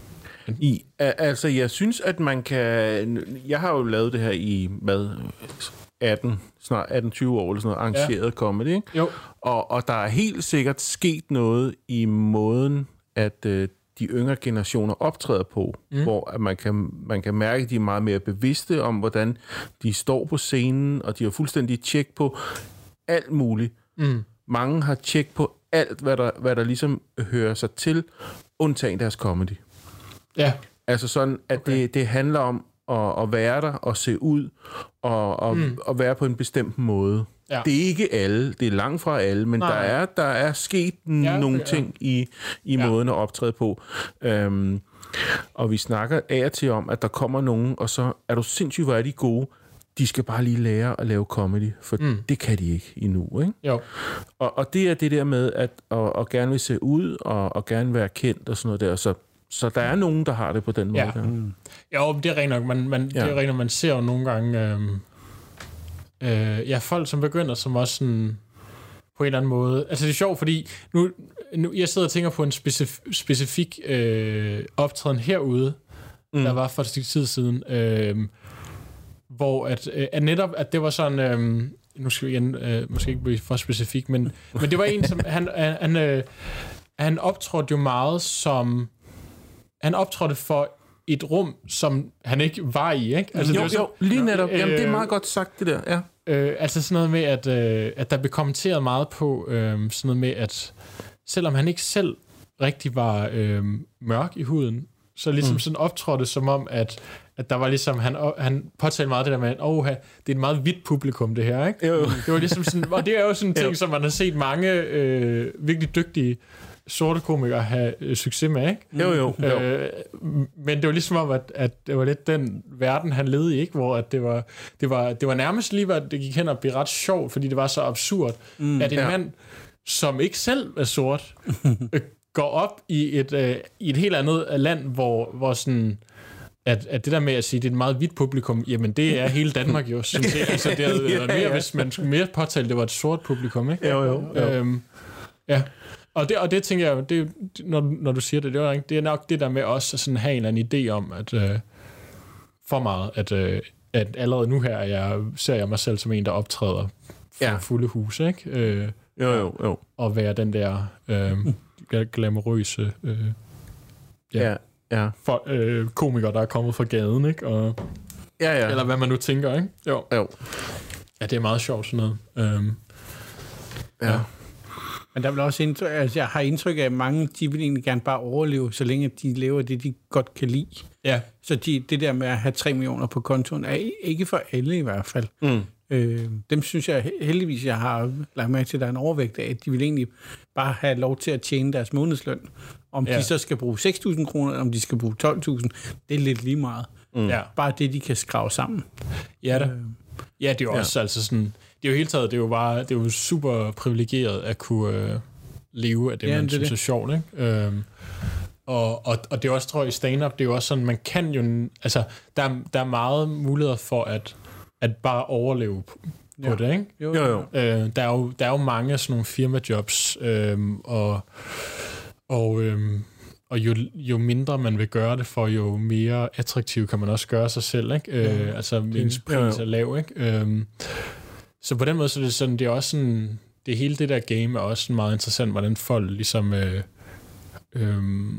I, altså, jeg synes, at man kan... Jeg har jo lavet det her i, hvad... atten, snart atten tyve år, eller sådan noget, arrangeret ja. comedy, ikke? Jo. Og, og der er helt sikkert sket noget i måden, at øh, de yngre generationer optræder på, mm. hvor at man, kan, man kan mærke, at de er meget mere bevidste om, hvordan de står på scenen, og de har fuldstændig tjek på alt muligt. Mm. Mange har tjek på alt, hvad der, hvad der ligesom hører sig til, undtagen deres comedy. Ja. Altså sådan, at okay. det, det handler om at, at være der og se ud og, og, mm. og være på en bestemt måde. Ja. Det er ikke alle, det er langt fra alle, men der er, der er sket ja, nogle okay, ting ja. i, i ja. måden at optræde på. Øhm, og vi snakker af og til om, at der kommer nogen, og så er du sindssygt, hvor er de gode. De skal bare lige lære at lave comedy, for mm. det kan de ikke endnu, ikke? Jo. Og, og det er det der med, at og, og gerne vil se ud, og, og gerne være kendt, og sådan noget der, så Så der er nogen, der har det på den måde. Ja. Mm. Jo, det er rent nok. Man, man, ja. Det er rent nok, man ser jo nogle gange... Øh, øh, ja, folk, som begynder, som også sådan... På en eller anden måde... Altså, det er sjovt, fordi... Nu, nu jeg sidder og tænker på en specif- specifik øh, optræden herude, mm. der var for et stykke tid siden, øh, hvor at, øh, at netop, at det var sådan... Øh, nu skal vi igen... Øh, måske ikke blive for specifik, men, men det var en, som... Han, han, øh, han optrådte jo meget som... Han optrådte for et rum, som han ikke var i, ikke? Altså, jo, det var så, jo, lige netop. Øh, Jamen, det er meget godt sagt, det der, ja. Øh, altså sådan noget med, at, øh, at der blev kommenteret meget på øh, sådan noget med, at selvom han ikke selv rigtig var øh, mørk i huden, så ligesom mm. sådan optrådte som om, at, at der var ligesom, han, han påtalte meget det der med, at oh, det er et meget hvidt publikum, det her, ikke? Jo. Det var ligesom sådan, og det er jo sådan en ting, som man har set mange øh, virkelig dygtige sorte komikere have øh, succes med, ikke? Jo, jo. jo. Øh, men det var ligesom om, at, at det var lidt den verden, han levede i, ikke? Hvor at det, var, det, var, det var nærmest lige, at det gik hen og blive ret sjovt, fordi det var så absurd, mm, at en ja. mand, som ikke selv er sort, øh, går op i et, øh, i et helt andet land, hvor, hvor sådan... At, at det der med at sige, at det er et meget hvidt publikum, jamen det er hele Danmark jo. Som det, altså det er ja, mere, ja. Hvis man skulle mere påtale, det var et sort publikum, ikke? Jo, jo. jo. Øhm, ja. Og det, og det tænker jeg, det, når, når du siger det, det er, det er nok det der med også at sådan have en eller anden idé om, at øh, for meget, at, øh, at allerede nu her jeg, ser jeg mig selv som en, der optræder for ja. fulde hus, ikke? Øh, jo, jo, jo. Og være den der øh, glamourøse øh, ja. ja. Ja. For, øh, komikere, der er kommet fra gaden, ikke? Og, ja, ja. Eller hvad man nu tænker, ikke? Jo. jo. Ja, det er meget sjovt sådan noget. Øhm, ja. ja. Men der vil også indtryk, altså jeg har indtryk af, at mange, de vil egentlig gerne bare overleve, så længe de lever det, de godt kan lide. Ja. Så de, det der med at have tre millioner på kontoen, er ikke for alle i hvert fald. Mm. Øh, dem synes jeg heldigvis, jeg har lagt mærke til, at der er en overvægt af, at de vil egentlig bare have lov til at tjene deres månedsløn. Om ja. de så skal bruge seks tusind kroner, eller om de skal bruge tolv tusind, det er lidt lige meget. Mm. Ja. Bare det, de kan skrave sammen. Ja, da. Ja, det er jo også ja. altså sådan... Det er jo hele taget, det er jo bare... Det er jo super privilegeret at kunne øh, leve af det, ja, man det synes det. er sjovt, ikke? Øhm, og, og, og det er også, tror jeg, i stand-up, det er jo også sådan, man kan jo... Altså, der, der er meget muligheder for at, at bare overleve på, på ja. det, ikke? Jo, jo. jo. Øh, der, er jo, der er jo mange af sådan nogle firmajobs, øh, og... Og, øhm, og jo, jo mindre man vil gøre det for, jo mere attraktiv kan man også gøre sig selv, ikke? Øh, ja, altså, ens pris er lav, ikke? Øhm, så på den måde, så er det sådan, det er også sådan, det hele det der game er også meget interessant, hvordan folk ligesom, øh, øh,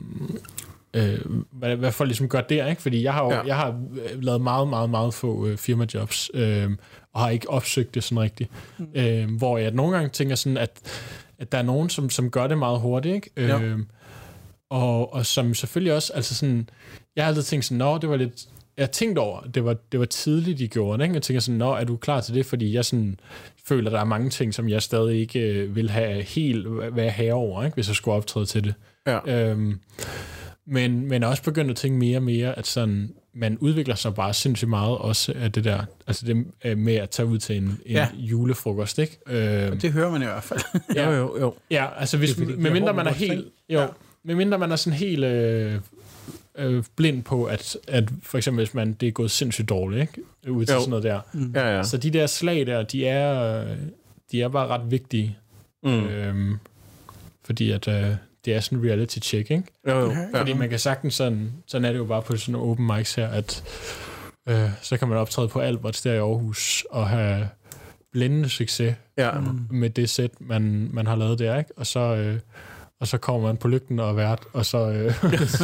øh, hvad, hvad folk ligesom gør der, ikke? Fordi jeg har jo, ja. jeg har lavet meget, meget, meget få øh, firmajobs, øh, og har ikke opsøgt det sådan rigtigt. Mm. Øh, hvor jeg nogle gange tænker sådan, at at der er nogen, som, som gør det meget hurtigt, ikke? Ja. Øhm, og, og som selvfølgelig også, altså sådan, jeg har altid tænkt sådan, nå, det var lidt, jeg tænkte over, det var, det var tidligt, de gjorde det, ikke? Jeg tænker sådan, nå, er du klar til det? Fordi jeg sådan føler, der er mange ting, som jeg stadig ikke øh, vil have helt være herover, ikke? Hvis jeg skulle optræde til det. Ja. Øhm, men, men også begyndt at tænke mere og mere, at sådan, man udvikler sig bare sindssygt meget også af det der, altså det med at tage ud til en, en ja. julefrokost, ikke? Øhm, det hører man i hvert fald. ja, jo, jo, jo. Ja, altså hvis, medmindre man er helt, jo, ja. medmindre man er sådan helt øh, øh, blind på, at, at for eksempel hvis man, det er gået sindssygt dårligt, ikke? Ud til jo. sådan noget der. Mm. Ja, ja. Så de der slag der, de er, de er bare ret vigtige. Mm. Øhm, fordi at øh, det er sådan en reality check, ikke? Jo, jo. Ja. Fordi man kan sagtens sådan, sådan er det jo bare på sådan en open mics her, at øh, så kan man optræde på Alberts der i Aarhus og have blændende succes ja. med det sæt, man, man har lavet der, ikke? Og så, øh, og så kommer man på Lygten og er vært, og så... Øh,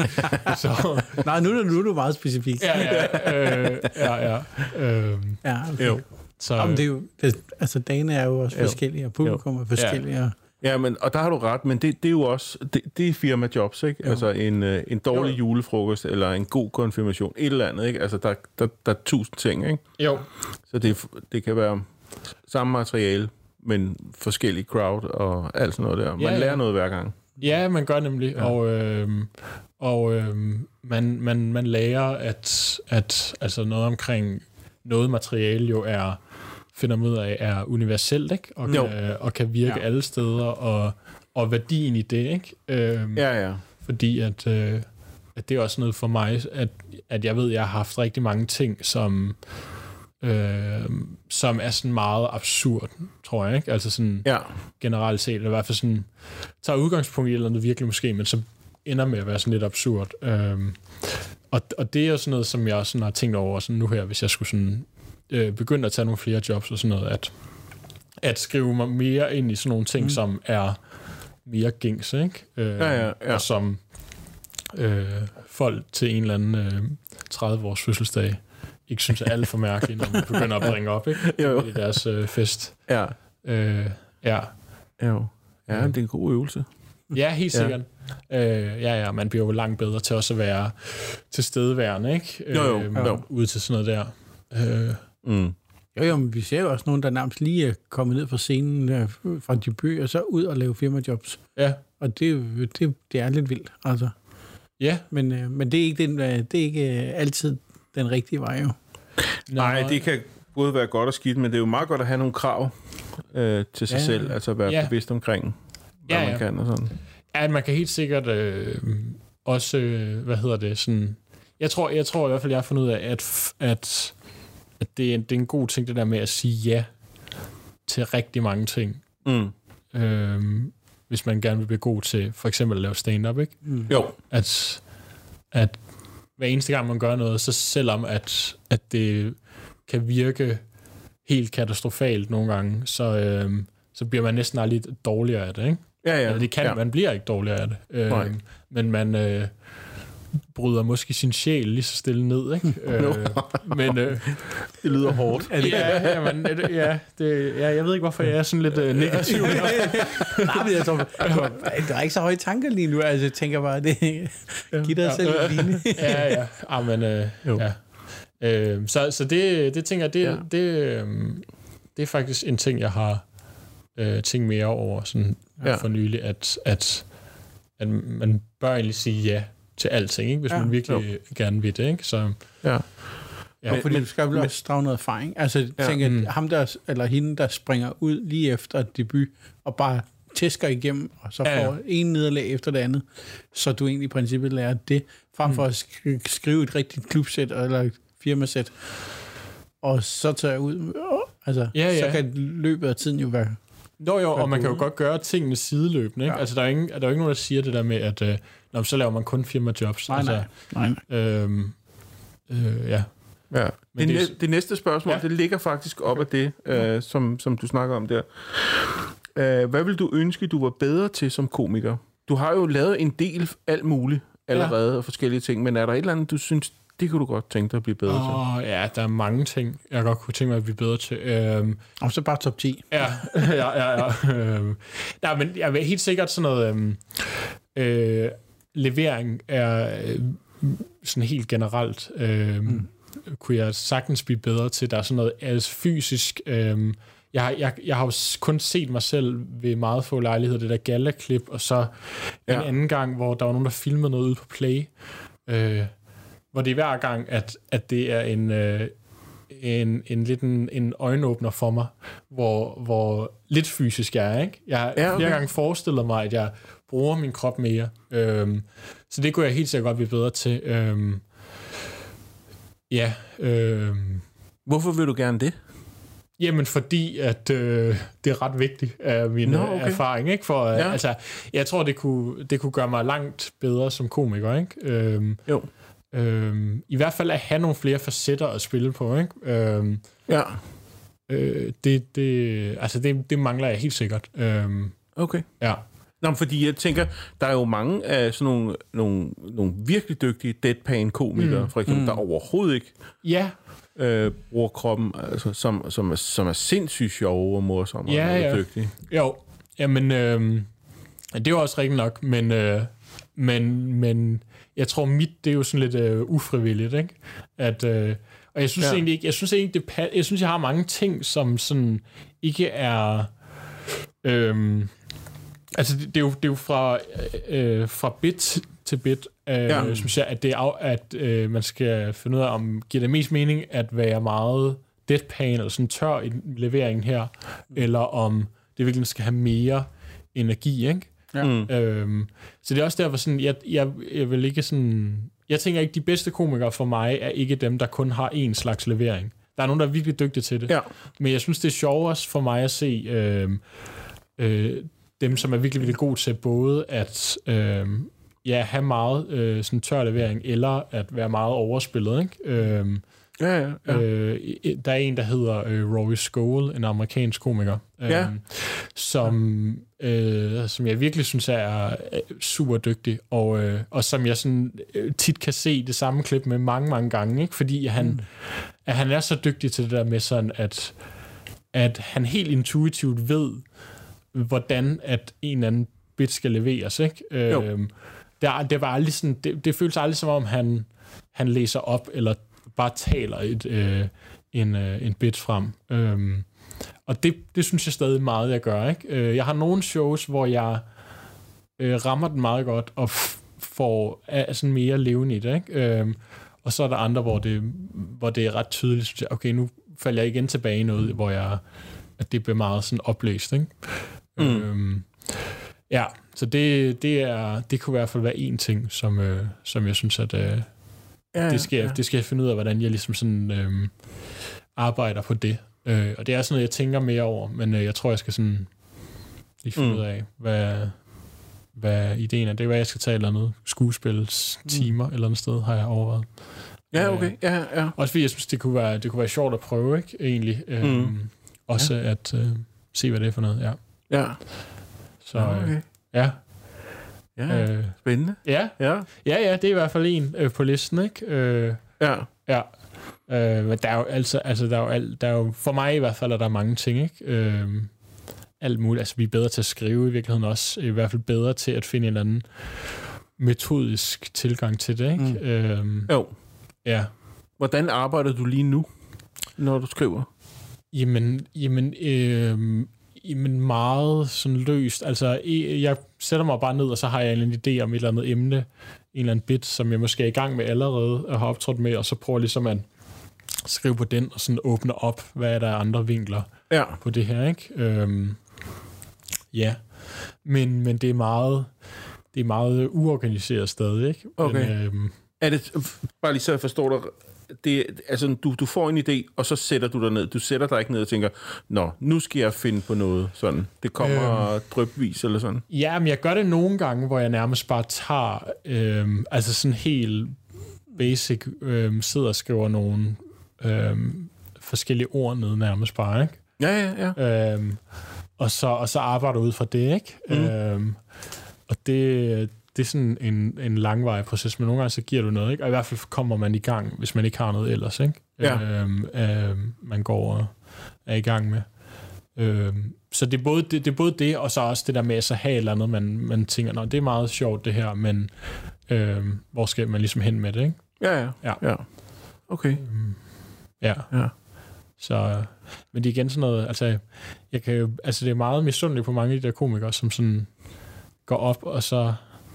så Nej, nu er, nu er du meget specifik. Ja, ja. Øh, ja, ja. Øh, ja okay. Jo. Så, Jamen, det er jo, det, altså, dagene er jo også jo. forskellige, og publikum er forskellige. Ja. Ja, men, og der har du ret, men det, det er jo også, det, det er firmajobs, ikke? Jo. Altså en, en dårlig jo. julefrokost, eller en god konfirmation, et eller andet, ikke? Altså der, der, der er tusind ting, ikke? Jo. Så det, det kan være samme materiale, men forskellige crowd og alt sådan noget der. Man ja, lærer ja. noget hver gang. Ja, man gør nemlig, ja. og, øh, og øh, man, man, man lærer, at, at altså noget omkring noget materiale jo er, finder man ud af, er universelt, ikke? Og, kan, og kan virke ja. alle steder, og, og værdien i det, ikke? Øhm, ja, ja. Fordi at, øh, at det er også noget for mig, at, at jeg ved, at jeg har haft rigtig mange ting, som, øh, som er sådan meget absurd, tror jeg, ikke? Altså sådan ja. generelt set, eller i hvert fald sådan, tager udgangspunkt i et eller andet virkelig måske, men så ender med at være sådan lidt absurd. Øhm, og, og det er jo sådan noget, som jeg også sådan har tænkt over sådan nu her, hvis jeg skulle sådan øh, begynde at tage nogle flere jobs og sådan noget, at, at skrive mig mere ind i sådan nogle ting, mm. som er mere gængs, ikke? Øh, ja, ja, ja. Og som øh, folk til en eller anden øh, tredive-års fødselsdag ikke synes er alt for mærkeligt, når man begynder at bringe op, ikke? Jo, jo. I deres øh, fest. Ja. Øh, ja. Jo. Ja, det er en god øvelse. Ja, helt sikkert. Ja. Øh, ja, ja, man bliver jo langt bedre til også at være tilstedeværende, ikke? Jo, jo. Øh, jo. Ude til sådan noget der. Øh. Mm. Jo, jo, men vi ser jo også nogen, der nærmest lige er kommet ned fra scenen øh, fra debut, og så ud og lave firmajobs. Ja. Og det, det, det er lidt vildt, altså. Ja. Men, øh, men det er ikke, den, det er ikke altid den rigtige vej, jo. Nej, det kan både være godt og skidt, men det er jo meget godt at have nogle krav øh, til sig ja. selv, altså at være ja. bevidst omkring, hvad ja, ja. man kan og sådan. Ja, man kan helt sikkert øh, også, øh, hvad hedder det, sådan... Jeg tror, jeg tror i hvert fald, jeg har fundet ud af, at, at, at det, er, det er en god ting, det der med at sige ja til rigtig mange ting. Mm. Øhm, hvis man gerne vil blive god til for eksempel at lave stand-up, ikke? Mm. Jo. At, at hver eneste gang man gør noget, så selvom at, at det kan virke helt katastrofalt nogle gange, så, øhm, så bliver man næsten aldrig dårligere af det, ikke? Ja, ja. Eller det kan, ja. Man bliver ikke dårligere af det. Øhm, men man... Øh, bryder måske sin sjæl lige så stille ned, ikke? øh, men øh, det lyder hårdt. Er det? Ja, jamen, ja, det, ja, jeg ved ikke, hvorfor jeg er sådan lidt øh, negativ. Nej, men jeg tror, der er ikke så høje tanker lige nu. Altså, jeg tænker bare, det giver dig ja. selv en lignende. ja, ja. Ah, men, øh, ja. Øh, så, så det, det tænker jeg, det, ja. det, øh, det er faktisk en ting, jeg har øh, tænkt mere over sådan, ja. for nylig, at, at, at man bør egentlig sige ja til alting, ikke? Hvis ja, man virkelig jo. gerne vil det, ikke? Så, ja. Ja, men, fordi men, du skal jo også drage noget erfaring. Altså, jeg ja, tænker, mm. at ham der, eller hende, der springer ud lige efter debut, og bare tæsker igennem, og så ja, får ja. en nederlag efter det andet, så du egentlig i princippet lærer det, frem for mm. at sk- skrive et rigtigt klubsæt, eller et firmasæt, og så tager jeg ud, altså, ja, ja. så kan løbet af tiden jo være... Nå jo, og man kan jo godt gøre tingene sideløbende, ikke? Ja. Altså, der er, ingen, der er jo ikke nogen, der siger det der med, at øh, når, så laver man kun firmajobs. Nej, altså, nej. nej. Øhm, øh, ja. ja. Det, det, næ- det næste spørgsmål, ja. det ligger faktisk op af det, øh, som, som du snakker om der. Øh, hvad vil du ønske, du var bedre til som komiker? Du har jo lavet en del alt muligt allerede, ja. og forskellige ting, men er der et eller andet, du synes, det kunne du godt tænke dig at blive bedre oh, til? Ja, der er mange ting, jeg godt kunne tænke mig at blive bedre til. Øhm, og så bare top ti. Ja, ja, ja. ja. øhm, nej, men jeg vil helt sikkert sådan noget... Øhm, øh, levering er øh, sådan helt generelt... Øh, mm. kunne jeg sagtens blive bedre til. Der er sådan noget altså fysisk... Øh, jeg, har, jeg, jeg har jo kun set mig selv ved meget få lejligheder, det der gala-klip, og så ja. en anden gang, hvor der var nogen, der filmede noget ude på Play, øh, hvor det er hver gang, at, at det er en, øh, en, en lidt en, en øjenåbner for mig, hvor, hvor lidt fysisk jeg er, ikke? Jeg har ja, okay. flere gange forestillet mig, at jeg bruger min krop mere. Øhm, så det kunne jeg helt sikkert godt blive bedre til. Øhm, ja. Øhm, Hvorfor vil du gerne det? Jamen, fordi at øh, det er ret vigtigt af min no, okay. erfaring, ikke? For, ja. altså, jeg tror, det kunne, det kunne gøre mig langt bedre som komiker, ikke? Øhm, jo. Øhm, I hvert fald at have nogle flere facetter at spille på, ikke? Øhm, ja. Øh, det, det, altså, det, det mangler jeg helt sikkert. Øhm, okay. Ja. Nå, fordi jeg tænker, der er jo mange af sådan nogle, nogle, nogle virkelig dygtige deadpan-komikere, mm. for eksempel, mm. der overhovedet ikke ja. øh, bruger kroppen, altså, som, som, er, som er sindssygt sjove og morsomme ja, og ja. dygtige. Jo, jamen, øh, det er jo også rigtigt nok, men, øh, men, men jeg tror, mit, det er jo sådan lidt øh, ufrivilligt, ikke? At, øh, og jeg synes ja. egentlig ikke, jeg synes egentlig, det, jeg synes, jeg har mange ting, som sådan ikke er... Øh, Altså, det, det, er jo, det er jo fra, øh, fra bit til bit, øh, ja. synes jeg, at, det er, at øh, man skal finde ud af, om giver det mest mening at være meget deadpan eller sådan tør i leveringen her, eller om det virkelig skal have mere energi, ikke? Ja. Mm. Øhm, så det er også derfor sådan, jeg, jeg, jeg vil ikke sådan... Jeg tænker ikke, de bedste komikere for mig er ikke dem, der kun har én slags levering. Der er nogen, der er virkelig dygtige til det. Ja. Men jeg synes, det er sjovere for mig at se... Øh, øh, dem, som er virkelig, virkelig gode til både at øh, ja, have meget øh, sådan tør levering, eller at være meget overspillet, ikke? Øh, ja, ja, ja. Øh, der er en, der hedder øh, Rory Scovel, en amerikansk komiker, øh, ja. som, øh, som jeg virkelig synes er super dygtig, og, øh, og som jeg sådan øh, tit kan se det samme klip med mange, mange gange, ikke? Fordi han, mm. at han er så dygtig til det der med sådan, at, at han helt intuitivt ved, hvordan at en eller anden bit skal leveres, ikke? Øhm, der, det, var aldrig sådan, det, det føles aldrig som om, han, han læser op, eller bare taler et, øh, en, øh, en bit frem. Øhm, og det, det synes jeg stadig meget, jeg gør, ikke? Øh, jeg har nogle shows, hvor jeg øh, rammer den meget godt, og f- får er sådan mere levende i det, ikke? Øhm, og så er der andre, hvor det, hvor det er ret tydeligt, synes jeg, okay, nu falder jeg igen tilbage i noget, hvor jeg, at det bliver meget sådan oplæst, ikke? Mm. Øhm, Ja, så det, det, er, det kunne i hvert fald være en ting, som, øh, som jeg synes, at øh, ja, det, skal, ja. det skal jeg finde ud af, hvordan jeg ligesom sådan øh, arbejder på det. Øh, og det er sådan noget, jeg tænker mere over, men øh, jeg tror, jeg skal sådan lige finde mm. ud af, hvad, hvad ideen er. Det er, hvad jeg skal tage et eller andet skuespilstimer mm. eller andet sted, har jeg overvejet. Ja, okay. Ja, ja. Også fordi jeg synes, det kunne være, det kunne være sjovt at prøve, ikke? Egentlig. Mm. Øhm, også ja. at øh, se, hvad det er for noget, ja. Ja. Så, ja, okay. Øh, ja. Ja, øh, spændende. Ja. ja, ja, ja, det er i hvert fald en øh, på listen, ikke? Øh, ja. Ja. Øh, men der er jo altså, altså der er jo, alt, der er jo, for mig i hvert fald, er der mange ting, ikke? Øh, alt muligt. Altså, vi er bedre til at skrive i virkeligheden også. I hvert fald bedre til at finde en eller anden metodisk tilgang til det, ikke? Mm. Øh, jo. Ja. Hvordan arbejder du lige nu, når du skriver? Jamen, jamen, øh, jamen meget sådan løst. Altså, jeg sætter mig bare ned, og så har jeg en idé om et eller andet emne, en eller anden bit, som jeg måske er i gang med allerede og har optrådt med, og så prøver jeg ligesom at skrive på den, og sådan åbne op, hvad er der andre vinkler ja. på det her, ikke? Øhm, ja. Men, men det er meget, det er meget uorganiseret stadig, ikke? Okay. Men, øhm, er det, bare lige så jeg forstår dig, det, altså, du, du får en idé, og så sætter du dig ned. Du sætter dig ikke ned og tænker, nå, nu skal jeg finde på noget sådan. Det kommer øhm, drypvis eller sådan. Ja, men jeg gør det nogle gange, hvor jeg nærmest bare tager, øhm, altså sådan helt basic, øhm, sidder og skriver nogle øhm, forskellige ord ned nærmest bare, ikke? Ja, ja, ja. Øhm, og, så, og så arbejder ud fra det, ikke? Mm. Øhm, og det... Det er sådan en, en langvarig proces, men nogle gange så giver du noget, ikke? Og i hvert fald kommer man i gang, hvis man ikke har noget ellers, ikke? Ja. Øhm, øhm, man går og er i gang med. Øhm, så det er, både det, det er både det, og så også det der med at så have eller andet, man, man tænker, nå, det er meget sjovt det her, men øhm, hvor skal man ligesom hen med det, ikke? Ja, ja. ja. ja. Okay. Øhm, ja. ja. Så, men det er igen sådan noget, altså, jeg kan jo, altså det er meget misundeligt på mange af de der komikere, som sådan går op, og så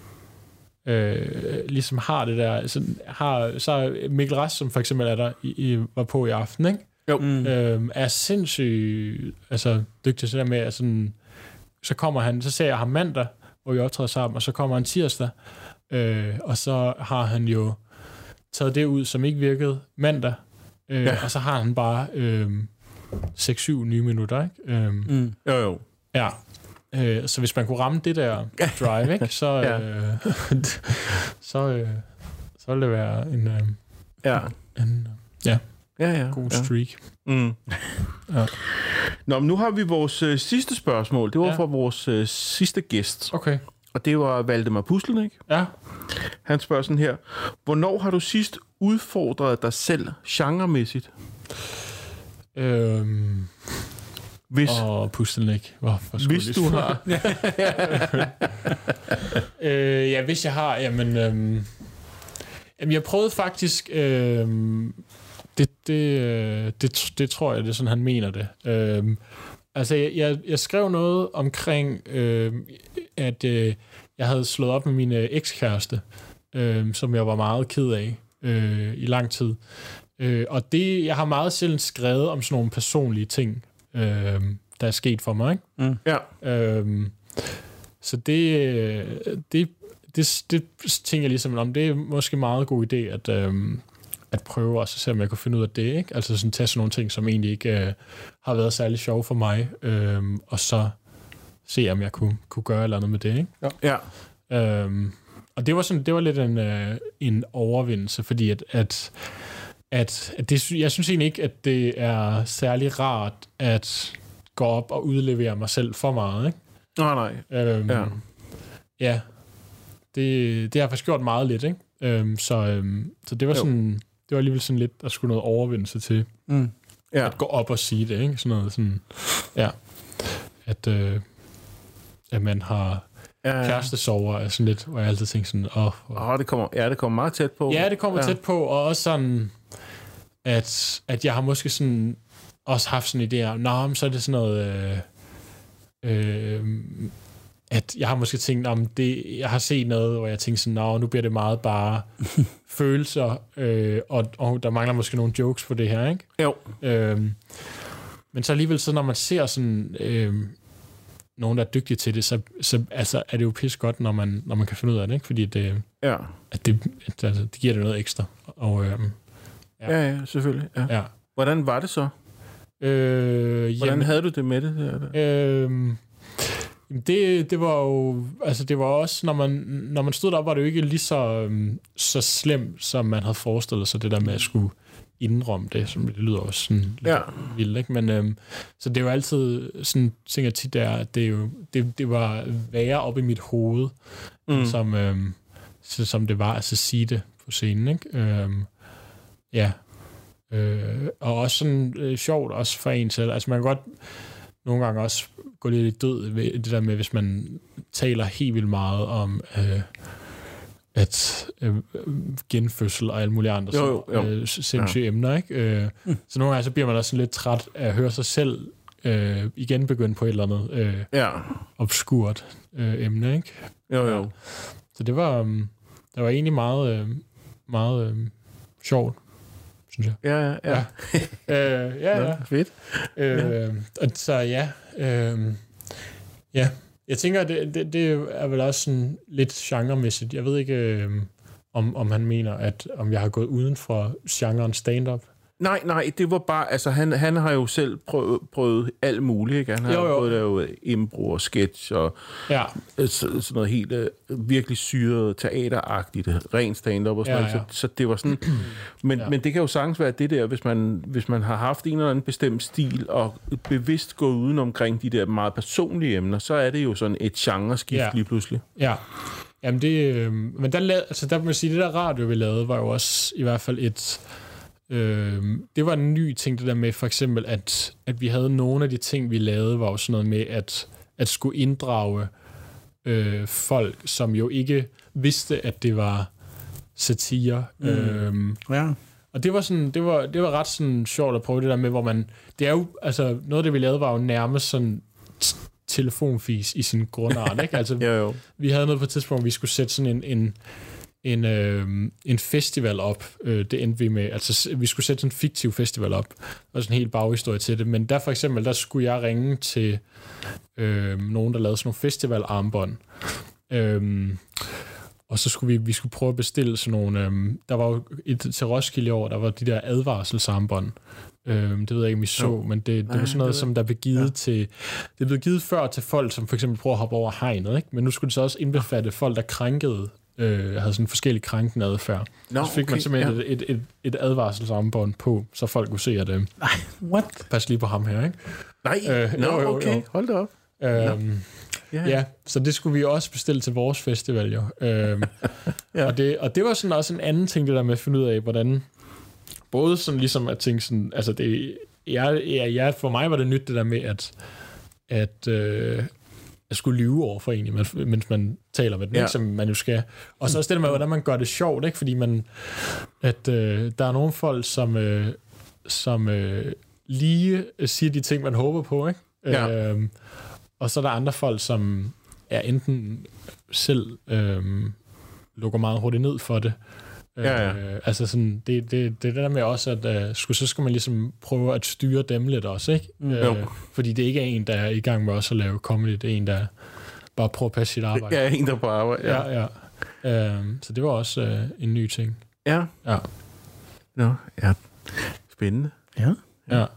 Øh, ligesom har det der, så har så Mikkel Rask, som for eksempel er der i, i, var på i aften, ikke? Jo. Mm. Øh, er sindssygt altså dygtig til det der med, at sådan, så kommer han, så ser jeg ham mandag, hvor vi optræder sammen, og så kommer han tirsdag, øh, og så har han jo taget det ud, som ikke virkede mandag, øh, ja. Og så har han bare øh, seks syv nye minutter, ikke? Øh, mm. Jo, jo. Ja. Øh, så hvis man kunne ramme det der drive, ikke, så, ja. øh, så, øh, så ville det være en, øh, ja. en ja, ja, ja, god ja. streak. Mm. Ja. Nå, men nu har vi vores øh, sidste spørgsmål. Det var ja. fra vores øh, sidste gæst. Okay. Og det var Valdemar Puslenik. Ja. Han spørger sådan her. Hvornår har du sidst udfordret dig selv genremæssigt? Øhm... Hvis, og Pustelnik. Hvis du har. øh, ja, hvis jeg har, jamen... Øhm, jamen, jeg prøvede faktisk... Øhm, det, det, øh, det, det tror jeg, det er sådan, han mener det. Øhm, altså, jeg, jeg, jeg skrev noget omkring, øh, at øh, jeg havde slået op med min øh, ekskæreste, øh, som jeg var meget ked af øh, i lang tid. Øh, og det, jeg har meget sjældent skrevet om sådan nogle personlige ting, Øh, der er sket for mig, ikke? Mm. Ja. Øhm, så det, det, det, det tænker jeg ligesom om, det er måske en meget god idé, at, øhm, at prøve også at se, om jeg kan finde ud af det, ikke? Altså sådan tage sådan nogle ting, som egentlig ikke øh, har været særlig sjove for mig, øhm, og så se, om jeg kunne, kunne gøre et eller andet med det, ikke? Ja. Øhm, og det var sådan, det var lidt en, øh, en overvindelse, fordi at, at At, at det, jeg synes egentlig ikke, at det er særlig rart at gå op og udlevere mig selv for meget, ikke? Nej, nej. Øhm, ja. Ja. Det, det har jeg faktisk gjort meget lidt, ikke? Øhm, så, øhm, så det var sådan, det var alligevel sådan lidt, at skulle noget overvindelse til. Mm. Ja. At gå op og sige det, ikke? Sådan noget sådan, ja. At, øh, at man har ja, ja. kærestesover, er sådan lidt, hvor jeg altid tænker sådan, åh. Oh, oh, det kommer, ja, det kommer meget tæt på. Ja, det kommer ja. tæt på, og også sådan, at, at jeg har måske sådan også haft sådan en idé om, nå, så er det sådan noget, øh, øh, at jeg har måske tænkt, om det, jeg har set noget, hvor jeg tænker sådan, nå, nu bliver det meget bare følelser, øh, og, og der mangler måske nogle jokes på det her, ikke? Jo. Øh, men så alligevel så, når man ser sådan, øh, nogen, der er dygtige til det, så, så altså, er det jo pisse godt, når man, når man kan finde ud af det, ikke? Fordi det, ja. at det, at, altså, det giver det noget ekstra. Og, øhm, ja. ja, ja, selvfølgelig. Ja. Ja. Hvordan var det så? Øh, Hvordan jamen, havde du det med det? Øh, det, det var jo, altså det var også, når man, når man stod deroppe, var det jo ikke lige så, så slemt, som man havde forestillet sig, det der med at skulle indrømme det, som det lyder også sådan lidt ja. vildt, ikke? Men øhm, så det var altid sådan, tænker jeg tit der, at det jo, det, det var værre op i mit hoved, mm. som, øhm, så, som det var at så sige det på scenen, ikke? Øhm, ja. Øh, og også sådan øh, sjovt også for en selv. Altså man kan godt nogle gange også gå lidt i død ved det der med, hvis man taler helt vildt meget om øh, at øh, genfødsel og alle mulige andre jo, jo, jo. Øh, sindssyge ja. emner, ikke? Øh, mm. Så nogle gange så bliver man også sådan lidt træt af at høre sig selv øh, igen begynde på et eller andet øh, ja. obskurt øh, emne, ikke? Jo, jo. Så det var, um, det var egentlig meget, øh, meget øh, sjovt, synes jeg. Ja, ja, ja. Ja, øh, ja, ja. Nå, fedt. Øh, ja. Og så ja, øh, ja. Jeg tænker, det, det, det er vel også sådan lidt genremæssigt. Jeg ved ikke, øh, om, om han mener, at om jeg har gået uden for genren stand-up. Nej, nej, det var bare, altså han, han har jo selv prøvet, prøvet alt muligt, ikke? Han har jo, jo. prøvet at lave impro og sketch og ja. så, sådan noget helt uh, virkelig syret teateragtigt, ren stand-up og sådan ja, noget, ja. Så, så det var sådan, men, ja. men det kan jo sagtens være det der, hvis man, hvis man har haft en eller anden bestemt stil og bevidst gået uden omkring de der meget personlige emner, så er det jo sådan et genreskift ja. lige pludselig. Ja, jamen det, øh, men der, altså der må man sige, det der radio, vi lavede, var jo også i hvert fald et... Øh, det var en ny ting, det der med for eksempel, at, at vi havde nogle af de ting, vi lavede, var jo sådan noget med, at, at skulle inddrage øh, folk, som jo ikke vidste, at det var satire. Mm. Øh, ja. Og det var sådan, det var, det var ret sådan sjovt at prøve det der med, hvor man, det er jo, altså noget af det, vi lavede, var jo nærmest sådan t- telefonfis i sin grundart, ikke? Altså, jo, jo. Vi havde noget på et tidspunkt, hvor vi skulle sætte sådan en, en En, øh, en festival op. Øh, det endte vi med. Altså, vi skulle sætte sådan en fiktiv festival op. Og sådan en helt baghistorie til det. Men der for eksempel, der skulle jeg ringe til øh, nogen, der lavede sådan nogle festivalarmbånd. Øh, og så skulle vi, vi skulle prøve at bestille sådan nogle... Øh, der var jo et, til Roskilde i år, der var de der advarselsarmbånd. Øh, det ved jeg ikke, om I så, jo. men det, det Nej, var sådan noget, som der blev givet ja. til... Det blev givet før til folk, som for eksempel prøver at hoppe over hegnet, ikke? Men nu skulle det så også indbefatte folk, der krænkede Øh, havde sådan forskellige krænkende adfærd. No, så fik okay, man simpelthen ja. et, et, et advarselsarmbånd på, så folk kunne se, at øh, nej, what? Pas lige på ham her, ikke? Nej, øh, no, jo, jo, okay, jo. Hold da op. Øh, no. yeah. Ja, så det skulle vi også bestille til vores festival, jo. Øh, ja. og, det, og det var sådan også en anden ting, det der med at finde ud af, hvordan både sådan ligesom at tænke sådan, altså det, jeg, jeg, jeg, for mig var det nyt det der med, at at øh, at skulle lyve over for en, mens man taler med den, ja. ikke, som man jo skal. Og så også det med, hvordan man gør det sjovt, ikke? Fordi man, at øh, der er nogle folk, som, øh, som øh, lige siger de ting, man håber på, ikke? Ja. Øh, og så er der andre folk, som er enten selv øh, lukker meget hurtigt ned for det. Ja, ja. Øh, altså sådan, det, det, det er det der med også, at øh, skulle, så skal man ligesom prøve at styre dem lidt også, ikke? Mm. Øh, fordi det ikke er en, der er i gang med også at lave comedy, det er en, der bare prøver at passe sit arbejde. Ja, en, der på arbejde, ja. ja, ja. Øh, så det var også øh, en ny ting. Ja. Ja. Nå, ja. Spændende. Ja. Ja.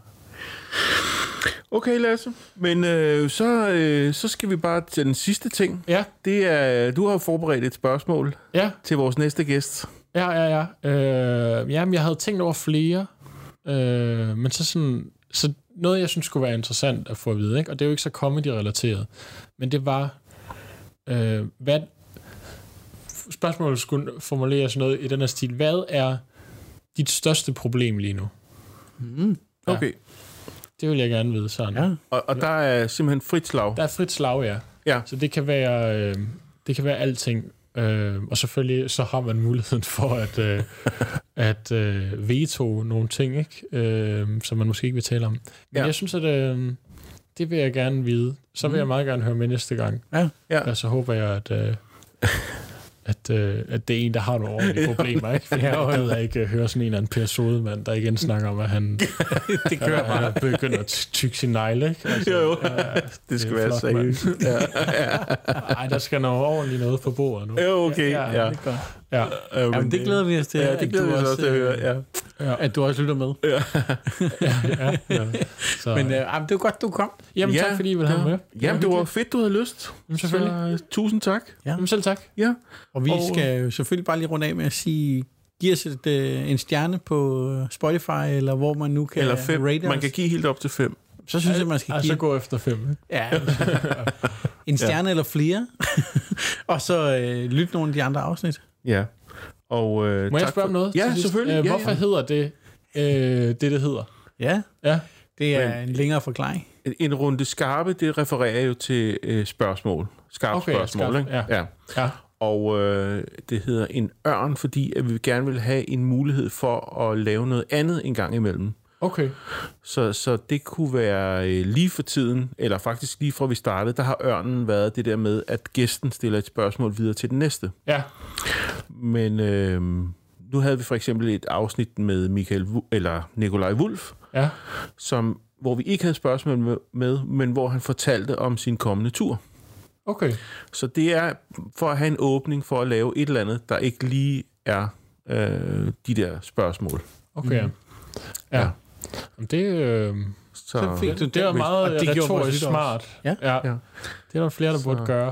Okay, Lasse. Men øh, så, øh, så skal vi bare til den sidste ting. Ja. Det er, du har forberedt et spørgsmål ja. til vores næste gæst. Ja, ja, ja. Øh, jamen, jeg havde tænkt over flere, øh, men så sådan, så noget, jeg synes skulle være interessant at få at vide, ikke? Og det er jo ikke så comedy-relateret, men det var, øh, hvad, spørgsmålet skulle formulere sådan noget i den her stil. Hvad er dit største problem lige nu? Mm, okay. Ja. Det vil jeg gerne vide, sådan. Ja. Og, og der er simpelthen frit slag? Der er frit slag, ja. Ja. Så det kan være, øh, det kan være alting. Øh, og selvfølgelig så har man muligheden for at, øh, at øh, veto nogle ting, ikke? Øh, som man måske ikke vil tale om. Men ja. jeg synes, at øh, det vil jeg gerne vide. Så vil mm. jeg meget gerne høre med næste gang. Ja. Ja. Og så håber jeg, at, øh, at, øh, at det er en, der har nogle ordentlige problemer, ikke? For jeg gider ikke høre sådan en eller anden Per Sodemand, der igen snakker om, at han, det kører han er begyndt at tykke sin negle, ikke? Altså, jo, jo. Ja, det, det skal er være flot, seriøst. Ja. Ej, der skal noget ordentligt noget på bordet nu. Jo, okay. Ja, ja. Det er godt. Ja. Ja, men det glæder vi os til. Ja, det glæder vi os også til at høre, ja. Ja. At du også lytter med. Ja. ja, ja. Så, men øh, det var godt, du kom. Jamen ja, tak, fordi I ville have ja. med. Jamen, det var fedt, du havde lyst. Jamen, selvfølgelig. Så, tusind tak. Ja. Jamen, selv tak. Ja. Og vi og, skal jo selvfølgelig bare lige runde af med at sige, giv os et, øh, en stjerne på Spotify, eller hvor man nu kan eller fem. rate os. Man kan give helt op til fem. Så synes jeg, man skal give... give... så gå efter fem. Ikke? Ja. En stjerne ja. eller flere. Og så øh, lyt nogle af de andre afsnit. Ja. Og, øh, Må tak jeg spørge om noget? Ja, selvfølgelig. Øh, ja, hvorfor ja. hedder det, øh, det, det hedder? Ja. Ja. Det er Men, en længere forklaring. En, en runde skarpe, det refererer jo til øh, spørgsmål. Skarpe okay, spørgsmål, skarp, ikke? Ja. ja. ja. Og øh, det hedder en ørn, fordi at vi gerne vil have en mulighed for at lave noget andet en gang imellem. Okay. Så, så det kunne være øh, lige for tiden, eller faktisk lige fra vi startede, der har ørnen været det der med, at gæsten stiller et spørgsmål videre til den næste. Ja. Men øh, nu havde vi for eksempel et afsnit med Michael eller Nikolaj Wulff, ja. som, hvor vi ikke havde spørgsmål med, med, men hvor han fortalte om sin kommende tur. Okay. Så det er for at have en åbning for at lave et eller andet, der ikke lige er øh, de der spørgsmål. Okay. Mm. Ja. ja. Det, øh, så, så fik du det, det er meget det retorisk smart. Ja. Ja. ja. Det er der flere, der så. burde gøre.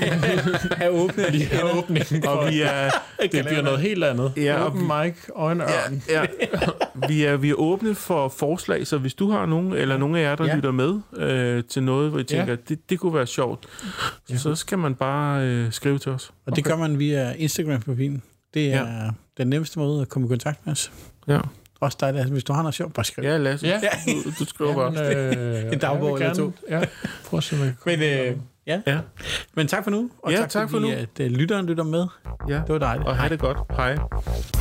Have åbning. Lige have åbning. Og vi er, det bliver noget helt andet. Ja, Open mic og en ørn. Ja, ja. vi, er, vi er åbne for forslag, så hvis du har nogen, eller nogen af jer, der ja. lytter med øh, til noget, hvor I tænker, ja. det, det kunne være sjovt, så, ja. så skal man bare øh, skrive til os. Og det okay. gør man via Instagram-profilen. Det er ja. den nemmeste måde at komme i kontakt med os. Ja. Også dig, Lasse. Hvis du har noget sjovt, bare skriv. Ja, Lasse. Ja. Du, du skriver bare. Øh, en dagbog eller to. Ja, prøv at se, hvad Men, øh, ja. ja. Men tak for nu. Og ja, tak, tak fordi, for nu. at uh, lytteren lytter med. Ja. Det var dejligt. Og have det godt. Hej.